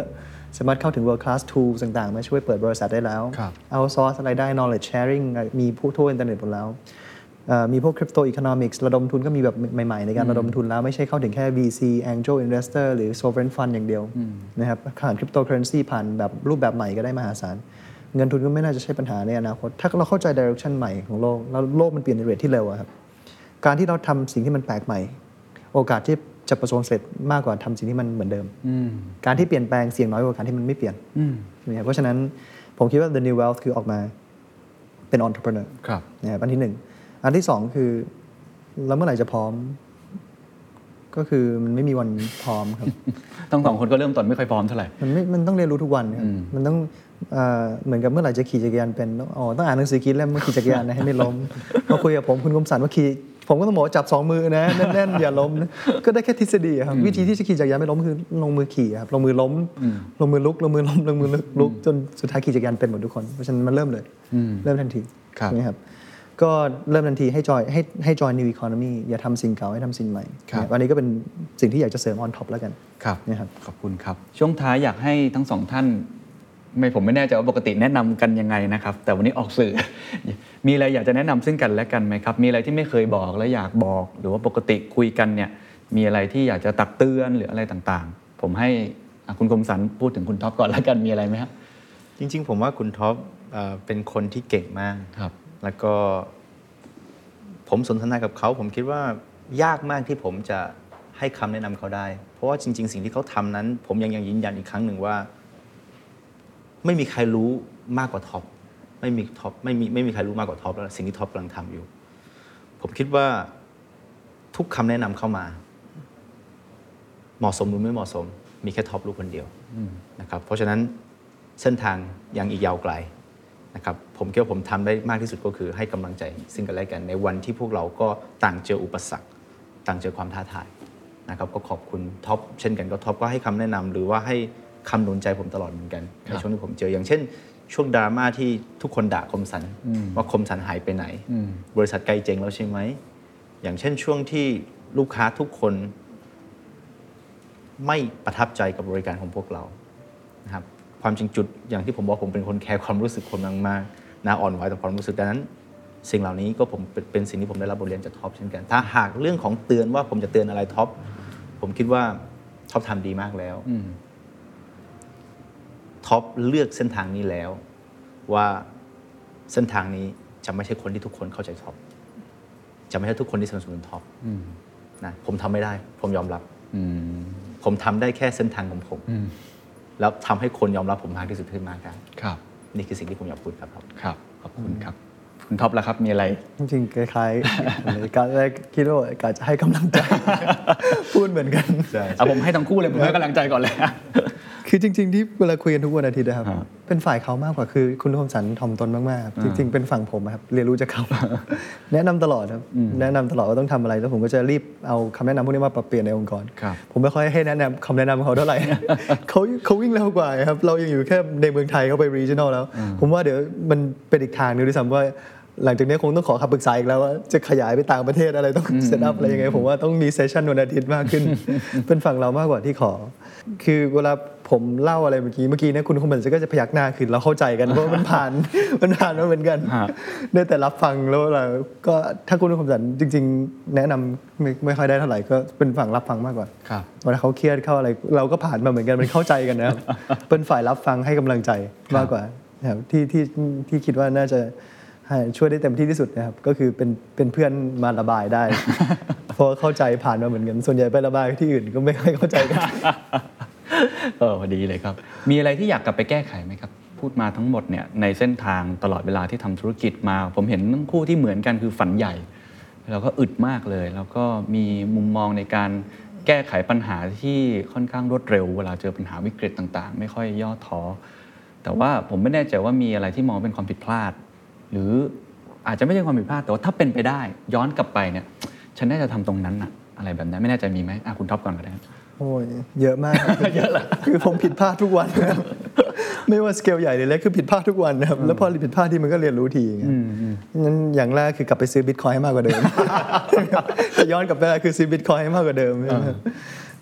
Speaker 3: สามารถเข้าถึง world class tools ต่างๆมาช่วยเปิดบริษัทได้แล้ว
Speaker 1: ครับ
Speaker 3: outsource อะไรได้ knowledge sharing มีผู้ทั่วอินเทอร์เน็ตหมดแล้วมีพวก crypto economics ระดมทุนก็มีแบบใหม่ๆในการระดมทุนแล้วไม่ใช่เข้าถึงแค่ วี ซี angel investor หรือ sovereign fund อย่างเดียวนะครับผ่าน cryptocurrency ผ่านแบบรูปแบบใหม่ก็ได้มหาศาลเงินทุนก็ไม่น่าจะใช่ปัญหาในอนาคตถ้าเราเข้าใจ direction ใหม่ของโลกแล้วโลกมันเปลี่ยนในเรทที่เร็วครับการที่เราทำสิ่งที่มันแปลกใหม่โอกาสที่จะประสบความสำเร็จมากกว่าทำสิ่งที่มันเหมือนเดิมการที่เปลี่ยนแปลงเสี่ยงน้อยกว่าการที่มันไม่เปลี่ยนนะครับเพราะฉะนั้นผมคิดว่า the new wealth คือออกมาเป็น entrepreneur
Speaker 1: ครับ
Speaker 3: นะครับอันที่หนึ่งอันที่สองคือแล้วเมื่อไหร่จะพร้อมก็คือมันไม่มีวันพร้อมครับ
Speaker 1: ต้องสองคนก็เริ่มต้นไม่ค่อยพร้อมเท่าไหร่
Speaker 3: มันไม่มันต้องเรียนรู้ทุกวันครับมันต้องเอ่อเหมือนกับเมื่อไหร่จะขี่จักรยานเป็นอ๋อต้องอ่านหนังสือกี่เล่มเมื่อขี่จักรยานนะให้ไม่ล้มมาคุยกับผมคุณคมสันว่าขี่ผมก็ต้องบอกว่าจับสองมือนะแน่นๆอย่าล้มนะก็ได้แค่ทฤษฎีครับวิธีที่จะขี่จักรยานไม่ล้มคือลงมือขี่ครับลงมือล้มลงมือลุกลงมือล้มลงมือลุกจนสุดท้ายขี่จักรยานเป็นหมดทุกคนเพราะฉะนั้นมันเริ่มเลยเริ่มทันทีนะครับก็เริ่มทันทีให้จอยให้ให้จอย new economy อย่าทำสิ่งเก่าให้ทำสิ่งใหม่วันนี้ก็เป็นสิ่งที่อยากจะเสริม on top แล้วกัน
Speaker 1: ครับ
Speaker 3: นะครับ
Speaker 1: ขอบคุณครับช่วงท้ายอยากให้ทั้งสองท่านไม่ผมไม่แน่ใจว่าปกติแนะนำกันยังไงนะครับแต่วันนี้ออกสื่อ มีอะไรอยากจะแนะนำซึ่งกันและกันไหมครับมีอะไรที่ไม่เคยบอกและอยากบอกหรือว่าปกติคุยกันเนี่ยมีอะไรที่อยากจะตักเตือนหรืออะไรต่างๆผมให้คุณคมสันพูดถึงคุณท็อปก่อนแล้วกันมีอะไรไหมครับ
Speaker 2: จริงๆผมว่าคุณท็อปเป็นคนที่เก่งมาก
Speaker 1: ครับ
Speaker 2: แล้วก็ผมสนทนากับเขาผมคิดว่ายากมากที่ผมจะให้คำแนะนำเขาได้เพราะว่าจริงๆสิ่งที่เขาทำนั้นผมยังยังยืนยันอีกครั้งหนึ่งว่าไม่มีใครรู้มากกว่าท็อปไม่มีท็อปไม่มีไม่มีใครรู้มากกว่าท็อปแล้วสิ่งที่ท็อปกำลังทำอยู่ผมคิดว่าทุกคำแนะนำเข้ามาเหมาะสมหรือไม่เหมาะสมมีแค่ท็อปรู้คนเดียวนะครับเพราะฉะนั้นเส้นทางยังอีกยาวไกลนะครับผมคิดว่าผมทำได้มากที่สุดก็คือให้กำลังใจซึ่งกันและกันในวันที่พวกเราก็ต่างเจออุปสรรคต่างเจอความท้าทายนะครับก็ขอบคุณท็อปเช่นกันก็ท็อปก็ให้คำแนะนำหรือว่าให้คำหนุนใจผมตลอดเหมือนกันในช่วงที่ผมเจออย่างเช่นช่วงดราม่าที่ทุกคนด่าคมสันว่าคมสันหายไปไหนบริษัทใกล้เจ๊งแล้วใช่ไหมอย่างเช่นช่วงที่ลูกค้าทุกคนไม่ประทับใจกับบริการของพวกเรานะครับความจริงจุดอย่างที่ผมบอกผมเป็นคนแคร์ความรู้สึกคนมากๆน่าอ่อนไหวต่อความรู้สึกดังนั้นสิ่งเหล่านี้ก็ผมเป็นสิ่งที่ผมได้รับบทเรียนจากท็อปเช่นกันถ้าหากเรื่องของเตือนว่าผมจะเตือนอะไรท็อปผมคิดว่าท็อปทำดีมากแล้วท็อปเลือกเส้นทางนี้แล้วว่าเส้นทางนี้จะไม่ใช่คนที่ทุกคนเข้าใจท็อปจะไม่ใช่ทุกคนที่สนับสนุนท็อปนะผมทำไม่ได้ผมยอมรับผมทำได้แค่เส้นทางของผมแล้วทำให้คนยอมรับผมมากที่สุดขึ้นมากได้
Speaker 1: ครับ
Speaker 2: นี่คือสิ่งที่ผมอยากพูดครับ
Speaker 1: ครับขอบคุณครับคุณท็อปล่ะครับมีอะไร
Speaker 3: จริงๆคล้ายๆการแรกคิดว่าการจะให้กำลังใจพูดเหมือนกัน
Speaker 1: เอาผมให้ทั้งคู่เลยผมให้กำลังใจก่อนเลย
Speaker 3: คือจริงๆที่เวลาคุยกันทุกวันอาทิตย์นะครับเป็นฝ่ายเขามากกว่าคือคุณคมสันถ่อมตนมากๆจริงๆเป็นฝั่งผมครับเรียนรู้จากเขาแนะนำตลอดครับแนะนำตลอดว่าต้องทำอะไรแล้วผมก็จะรีบเอาคำแนะนำพวกนี้มาปรับเปลี่ยนในองค์กรผมไม่ค่อยให้แนะนำคำแนะนำเขาเท่าไหร่เขาเขาวิ่งเร็วกว่าครับเรายังอยู่แค่ในเมืองไทยเขาไป regional แล้วผมว่าเดี๋ยวมันเป็นอีกทางนึงด้วยซ้ำว่าหลังจากนี้คงต้องขอคำปรึกษาอีกแล้วว่าจะขยายไปต่างประเทศอะไรต้องเซตอัพอะไรยังไงผมว่าต้องมีเซสชั่นวันอาทิตย์มากขึ้น เป็นฝั่งเรามากกว่าที่ขอคือเวลาผมเล่าอะไรเมื่อกี้เมื่อกี้เนี่ยคุณคมสันก็จะพยักหน้าคือเราเข้าใจกันเพราะมันผ่านมันผ่านมาเหมือนกันได้แต่รับฟังแล้วเราก็ถ้าคุณคมสันจริงๆแนะนำไม่ไม่ค่อยได้เท่าไหร่ก็เป็นฝั่งรับฟังมากกว่าเวลาเขาเครียดเข้าอะไรเราก็ผ่านมาเหมือนกันมันเข้าใจกันนะครับเป็นฝ่ายรับฟังให้กำลังใจมากกว่าที่ที่ที่คิดว่าน่าจะช่วยได้เต็มที่ที่สุดนะครับก็คือเป็นเป็นเพื่อนมาระบายได้เพราะเข้าใจผ่านมาเหมือนกันส่วนใหญ่ไประบายที่อื่นก็ไม่ค่อยเข้าใจกัน
Speaker 1: เออพอดีเลยครับมีอะไรที่อยากกลับไปแก้ไขไหมครับพูดมาทั้งหมดเนี่ยในเส้นทางตลอดเวลาที่ทำธุรกิจมาผมเห็นทั้งคู่ที่เหมือนกันคือฝันใหญ่แล้วก็อึดมากเลยแล้วก็มีมุมมองในการแก้ไขปัญหาที่ค่อนข้างรวดเร็วเวลาเจอปัญหาวิกฤตต่างๆไม่ค่อยย่อท้อแต่ว่าผมไม่แน่ใจว่ามีอะไรที่มองเป็นความผิดพลาดหรืออาจจะไม่ใช่ความผิดพลาดแต่ว่าถ้าเป็นไปได้ย้อนกลับไปเนี่ยฉันน่าจะทำตรงนั้นอะอะไรแบบนั้นไม่แน่ใจมีไหมอ่ะคุณท็อปก่อนก็ได้
Speaker 3: โอ้ยเยอะมาก
Speaker 1: เยอะเหรอ
Speaker 3: คือผมผิดพลาดทุกวันนะครับไม่ว่าสเกลใหญ่หรือเล็กคือผิดพลาดทุกวันนะครับแล้วพอผิดพลาดที่มันก็เรียนรู้ทีงั้นอย่างแรกคือกลับไปซื้อบิตคอยน์ให้มากกว่าเดิมจะย้อนกลับไปคือซื้อบิตคอยน์ให้มากกว่าเดิม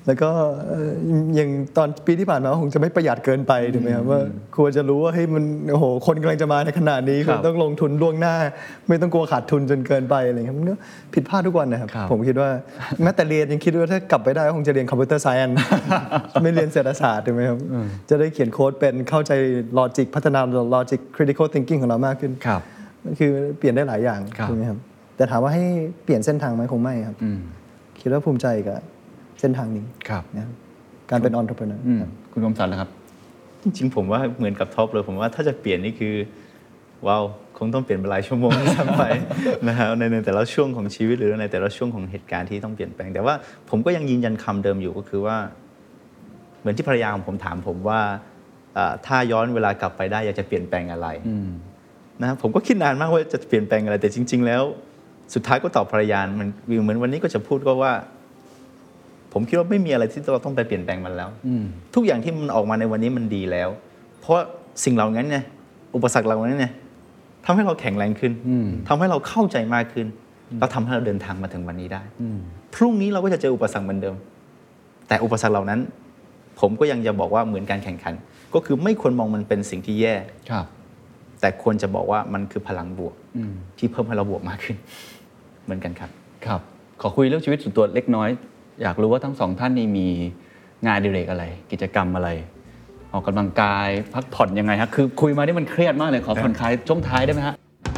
Speaker 3: แล้วก็เอ่ออย่างตอนปีที่ผ่านมาคงจะไม่ประหยัดเกินไปถูกไหมครับว่าควรจะรู้ว่าเฮ้ยมันโอ้โหคนกำลังจะมาในขนาดนี้คุณต้องลงทุนล่วงหน้าไม่ต้องกลัวขาดทุนจนเกินไปอะไรเงี้ยมันก็ผิดพลาดทุกวันนะครับผมคิดว่าแม้แต่เรียนยังคิดว่าถ้ากลับไปได้ก็คงจะเรียนคอมพิวเตอร์ไซเอนซ์ ไม่เรียนเศรษฐศาสตร์ถูกไหมครับจะได้เขียนโค้ดเป็นเข้าใจลอจิกพัฒนาลอจิก critical thinking ของเรามากขึ้น
Speaker 1: ครับ
Speaker 3: คือเปลี่ยนได้หลายอย่าง
Speaker 1: ครับ
Speaker 3: ใช่ไหมครับแต่ถามว่าให้เปลี่ยนเส้นทางไหมคงไม่ครับคิดว่าภูมิใจกับเส้นทางนี้
Speaker 1: ครับ
Speaker 3: นะครับการเป็น entrepreneur
Speaker 1: อืม
Speaker 3: ครับ
Speaker 1: คุณคมสันล่ะครับ
Speaker 2: จริงๆผมว่าเหมือนกับท็อปเลยผมว่าถ้าจะเปลี่ยนนี่คือว้าวคงต้องเปลี่ยนเป็นหลายชั่วโมงที่ทำไป นะครับในในแต่ละช่วงของชีวิตหรือในแต่ละช่วงของเหตุการณ์ที่ต้องเปลี่ยนแปลงแต่ว่าผมก็ยังยืนยันคำเดิมอยู่ก็คือว่าเหมือนที่ภรรยาของผมถามผมว่าอ่าถ้าย้อนเวลากลับไปได้อยากจะเปลี่ยนแปลงอะไรนะครับผมก็คิดนานมากว่าจะเปลี่ยนแปลงอะไรแต่จริง ๆ แล้วสุดท้ายก็ตอบภรรยามันเหมือนวันนี้ก็จะพูดก็ว่าผมคิดว่าไม่มีอะไรที่เราต้องไปเปลี่ยนแปลงมันแล้วทุกอย่างที่มันออกมาในวันนี้มันดีแล้ว เพราะสิ่งเหล่านั้นเนี่ยอุปสรรคเหล่านั้นเนี่ยทำให้เราแข็งแรงขึ้นทำให้เราเข้าใจมากขึ้นแล้วทำให้เราเดินทางมาถึงวันนี้ได้พรุ่งนี้เราก็จะเจออุปสรรคเหมือนเดิมแต่อุปสรรคเหล่านั้นผมก็ยังจะบอกว่าเหมือนการแข่งขันก็คือไม่ควรมองมันเป็นสิ่งที่แย่แต่ควรจะบอกว่ามันคือพลังบวกที่เพิ่มให้เราบวกมากขึ้นเหมือนกันครับ
Speaker 1: ครับขอคุยเรื่องชีวิตส่วนตัวเล็กน้อยอยากรู้ว่าทั้งสองท่านนี่มีงานอดิเรกอะไรกิจกรรมอะไรออกกำลังกายพักผ่อนยังไงฮะคือคุยมานี่มันเครียดมากเลยขอผ่อนคลายช่วงท้ายได้ไหมฮะ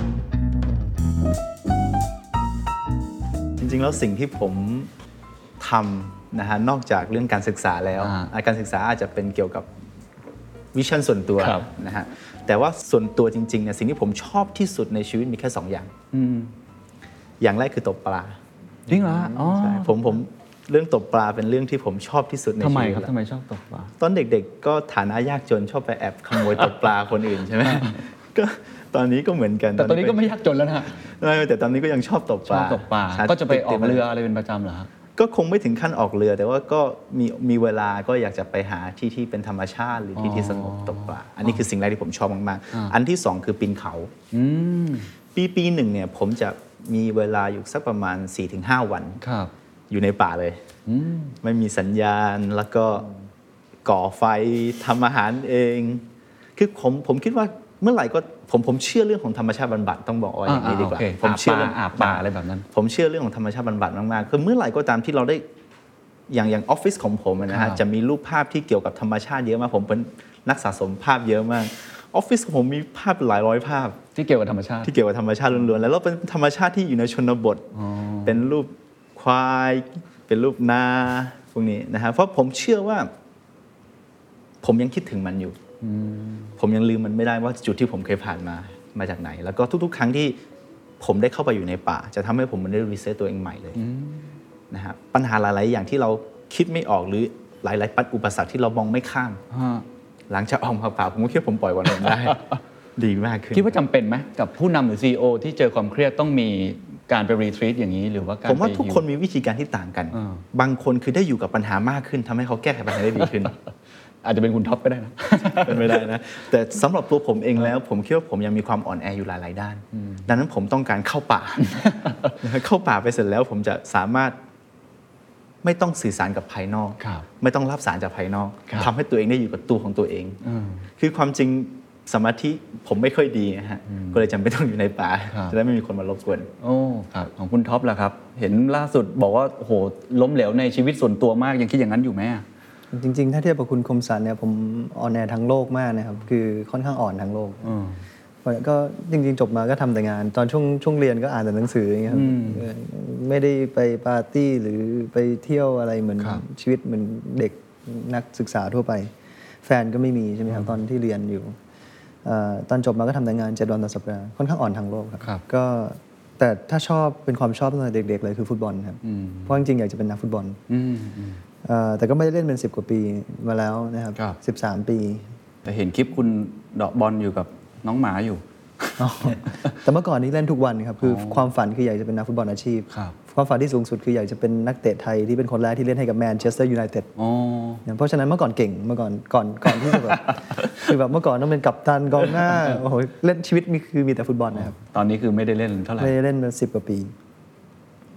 Speaker 2: จริงๆแล้วสิ่งที่ผมทำนะฮะนอกจากเรื่องการศึกษาแล้วการศึกษาอาจจะเป็นเกี่ยวกับวิชั่นส่วนตัวนะฮะแต่ว่าส่วนตัวจริงๆเนี่ยสิ่งที่ผมชอบที่สุดในชีวิตมีแค่สองอย่างอย่างแรกคือตกปลา
Speaker 1: จริงเหรออ๋อ
Speaker 2: ใช่ผมผมเรื่องตกปลาเป็นเรื่องที่ผมชอบที่สุดในชีวิต
Speaker 1: ทำไมครับทำไมชอบตกปลา
Speaker 2: ตอนเด็กๆก็ฐานะยากจนชอบไปแอบขโมยตกปลาคนอื่นใช่ไหมก็ตอนนี้ก็เหมือนกัน
Speaker 1: แต่ตอนนี้ก็ไม่ยากจนแล้วนะฮะ
Speaker 2: แต่ตอนนี้ก็ยังชอบตกปลา
Speaker 1: ตกปลาก็จะไปออกเรืออะไรเป็นประจำเหรอครับ
Speaker 2: ก็คงไม่ถึงขั้นออกเรือแต่ว่าก็มีมีเวลาก็อยากจะไปหาที่ที่เป็นธรรมชาติหรือที่ที่สงบตกปลาอันนี้คือสิ่งแรกที่ผมชอบมากๆอันที่สองคือปีนเขาปีปีหนึ่งเนี่ยผมจะมีเวลาอยู่สักประมาณ สี่ถึงห้า วันอยู่ในป่าเลยไม่มีสัญญาณแล้วก็ก่อไฟทำอาหารเองคือผมผมคิดว่าเมื่อไหร่ก็ผมผมเชื่อเรื่องของธรรมชาติบำบัดต้องบอกว่าอย่างนี้ดีกว่า
Speaker 1: ผมเชื่อเรื่องอาบป่าอะไรแบบนั้น
Speaker 2: ผมเชื่อเรื่องของธรรมชาติบำบัดมากๆคือเมื่อไหร่ก็ตามที่เราได้อย่างอย่างออฟฟิศของผมนะฮะจะมีรูปภาพที่เกี่ยวกับธรรมชาติเยอะมากผมเป็นนักสะสมภาพเยอะมากออฟฟิศของผมมีภาพหลายร้อยภาพ
Speaker 1: ที่เกี่ยวกับธรรมชาติ
Speaker 2: ที่เกี่ยวกับธรรมชาติล้วนๆแล้วเป็นธรรมชาติที่อยู่ในชนบทเป็นรูปควายเป็นรูปนาพวกนี้นะฮะเพราะผมเชื่อว่าผมยังคิดถึงมันอยู่ผมยังลืมมันไม่ได้ว่าจุดที่ผมเคยผ่านมามาจากไหนแล้วก็ทุกๆครั้งที่ผมได้เข้าไปอยู่ในป่าจะทำให้ผมมันได้รีเซ็ตตัวเองใหม่เลยนะฮะปัญหาหลายๆอย่างที่เราคิดไม่ออกหรือหลายๆปัจอุปสรรคที่เรามองไม่ข้ามหลังจากออกมาป่าผมก็คิดผมปล่อยวันนั้นได้ ดีมากขึ้น
Speaker 1: คิดว่าจำเป็นไหมกับผู้นำหรือ ซี อี โอ ที่เจอความเครียดต้องมีการไปรีทรีตอย่างนี้หรือว่าการ
Speaker 2: ผมว่าทุกคนมีวิธีการที่ต่างกันบางคนคือได้อยู่กับปัญหามากขึ้นทำให้เขาแก้ไขปัญหาได้ดีขึ้น
Speaker 1: อาจจะเป็นคุณท็อปก็ได้นะ
Speaker 2: เป็นไม่ได้นะแต่สำหรับตัวผมเองแล้วผมคิดว่าผมยังมีความอ่อนแออยู่หลายๆด้านดังนั้นผมต้องการเข้าป่า เข้าป่าไปเสร็จแล้วผมจะสามารถไม่ต้องสื่อสารกับภายนอกไม่ต้องรับสารจากภายนอกทำให้ตัวเองได้อยู่กับตัวของตัวเองคือความจริงสมาธิผมไม่ค่อยดีนะฮะก็เลยจำเป็นต้องอยู่ในป่าจะได้ไม่มีคนมารบกวน
Speaker 1: โอ้ครับของคุณท็อปล่ะครับเห็นล่าสุดบอกว่าโอ้โหล้มเหลวในชีวิตส่วนตัวมากยังคิดอย่างนั้นอยู่ไหม
Speaker 3: จริงๆถ้าเทียบกับคุณคมสันเนี่ยผมอ่อนแอทั้งโลกมากนะครับคือค่อนข้างอ่อนทั้งโลกก็จริงๆจบมาก็ทำแต่งานตอนช่วงช่วงเรียนก็อ่านแต่หนังสืออย่างเงี้ยครับไม่ได้ไปปาร์ตี้หรือไปเที่ยวอะไรเหมือนชีวิตเหมือนเด็กนักศึกษาทั่วไปแฟนก็ไม่มีใช่ไหมครับตอนที่เรียนอยู่ตอนจบมาก็ทำแต่งานเจ็ดวันต่อสัปดาห์ค่อนข้างอ่อนทั้งโลกครับก็แต่ถ้าชอบเป็นความชอบตั้งแต่เด็กๆเลยคือฟุตบอลครับเพราะจริงๆอยากจะเป็นนักฟุตบอลแต่ก็ไม่ได้เล่นเป็นสิบกว่าปีมาแล้วนะครับสิบสามปี
Speaker 1: แต่เห็นคลิปคุณเดาะบอลอยู่กับน้องหมาอยู่
Speaker 3: แต่เมื่อก่อนนี้เล่นทุกวันครับคือความฝันคืออยากจะเป็นนักฟุตบอลอาชีพความฝันที่สูงสุดคืออยากจะเป็นนักเตะไทยที่เป็นคนแรกที่เล่นให้กับแมนเชสเตอร์ยูไนเต็ดเพราะฉะนั้นเมื่อก่อนเก่งเมื่อก่อนก่อนก่อนที่จะแบบคือแบบเมื่อก่อนต้องเป็นกัปตันกองหน้าโอ้โหเล่นชีวิตมีคือมีแต่ฟุตบอลนะครับ
Speaker 1: ตอนนี้คือไม่ได้เล่นเท่าไหร่
Speaker 3: ไม่ได้เล่นมาสิบกว่าปี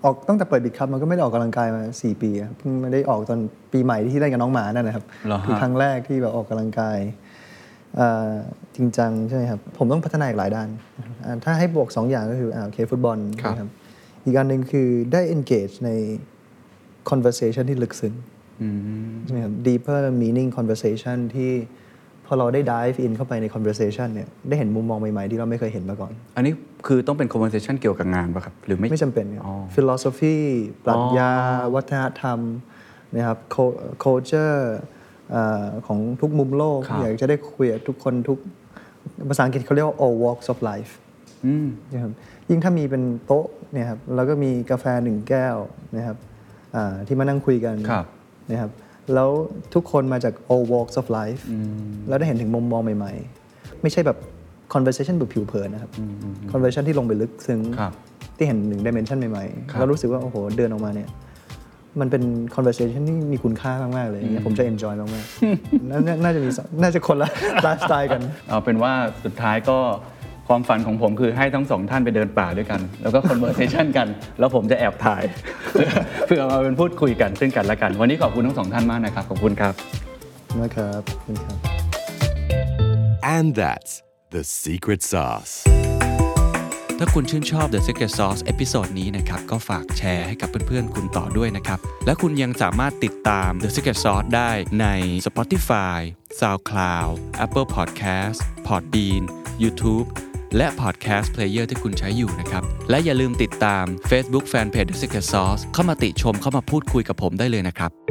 Speaker 3: ออกตั้งแต่เปิดบิ๊กคัพมันก็ไม่ได้ออกกำลังกายมาสี่ปีอะเพิ่งไม่ได้ออกตอนปีใหม่ที่เล่นกับน้องหมานั่นนะครับ
Speaker 1: เหรอฮะ
Speaker 3: คือครั้งแรกที่แบบออกกำลังกายเอ่อจริงจังใช่ไหมครับผมต้องพัฒนาอีกหลายด้านอ่าถ้าให้บวกสองอย่างก็คืออ่าโอเคฟุตบอลนะครับอีกอันหนึ่งคือได้ engage ใน conversation ที่ลึกซึ้งใช่ไหมครับ deeper meaning conversation ที่พอเราได้ dive in เข้าไปใน conversation เนี่ยได้เห็นมุมมองใหม่ๆที่เราไม่เคยเห็นมาก่อน
Speaker 1: อันนี้คือต้องเป็น conversation เกี่ยวกับงานป่ะครับหรือไม่
Speaker 3: ไม่จำเป็นครับ
Speaker 1: อ๋อ
Speaker 3: philosophy ปรัชญา
Speaker 1: อ๋อ
Speaker 3: วัฒนธรรมนะครับ co- culture เอ่อของทุกมุมโลก
Speaker 1: ครับ
Speaker 3: อยากจะได้คุยกับทุกคนทุกภาษาอังกฤษเขาเรียกว่า all walks of life
Speaker 1: อืม
Speaker 3: นะครับยิ่งถ้ามีเป็นโต๊ะเนี่ยครับแล้วก็มีกาแฟหนึ่งแก้วนะครับอ่าที่มานั่งคุยกัน
Speaker 1: ครับ
Speaker 3: นะครับแล้วทุกคนมาจาก all walks of life แล้วได้เห็นถึงมุมมองใหม่ๆ ไม่ใช่แบบ conversation แบบผิวเผินนะครับ conversation ที่ลงไปลึกซึ้ง
Speaker 1: ครับ
Speaker 3: ที่เห็นหนึ่ง dimension ใหม่
Speaker 1: ครับ
Speaker 3: ๆแล้วรู้สึกว่าโอ้โหเดินออกมาเนี่ยมันเป็น conversation ที่มีคุณค่ามากๆเลยอย่างเงี้ยผมจะ enjoy มากๆ น่าน่าน่าจะมีสองน่าจะคนละ ไลฟ์สไตล์กัน
Speaker 1: เอาเป็นว่าสุดท้ายก็ความฝันของผมคือให้ทั้งสองท่านไปเดินป่าด้วยกัน แล้วก็ conversation กัน แล้วผมจะแอบถ่าย เพื่อเพื่อมาเป็นพูดคุยกันซึ่งกันและกัน วันนี้ขอบคุณทั้งสองท่านมากนะครับ ขอบคุณครับ
Speaker 3: นะครับขอบคุณครับ
Speaker 4: And that's the secret sauce.
Speaker 6: ถ้าคุณชื่นชอบ The Secret Sauce เอพิโซดนี้นะครับก็ฝากแชร์ให้กับเพื่อนๆคุณต่อด้วยนะครับและคุณยังสามารถติดตาม The Secret Sauce ได้ใน Spotify, SoundCloud, Apple Podcast, Podbean, YouTube และ Podcast Player ที่คุณใช้อยู่นะครับและอย่าลืมติดตาม Facebook Fanpage The Secret Sauce เข้ามาติชมเข้ามาพูดคุยกับผมได้เลยนะครับ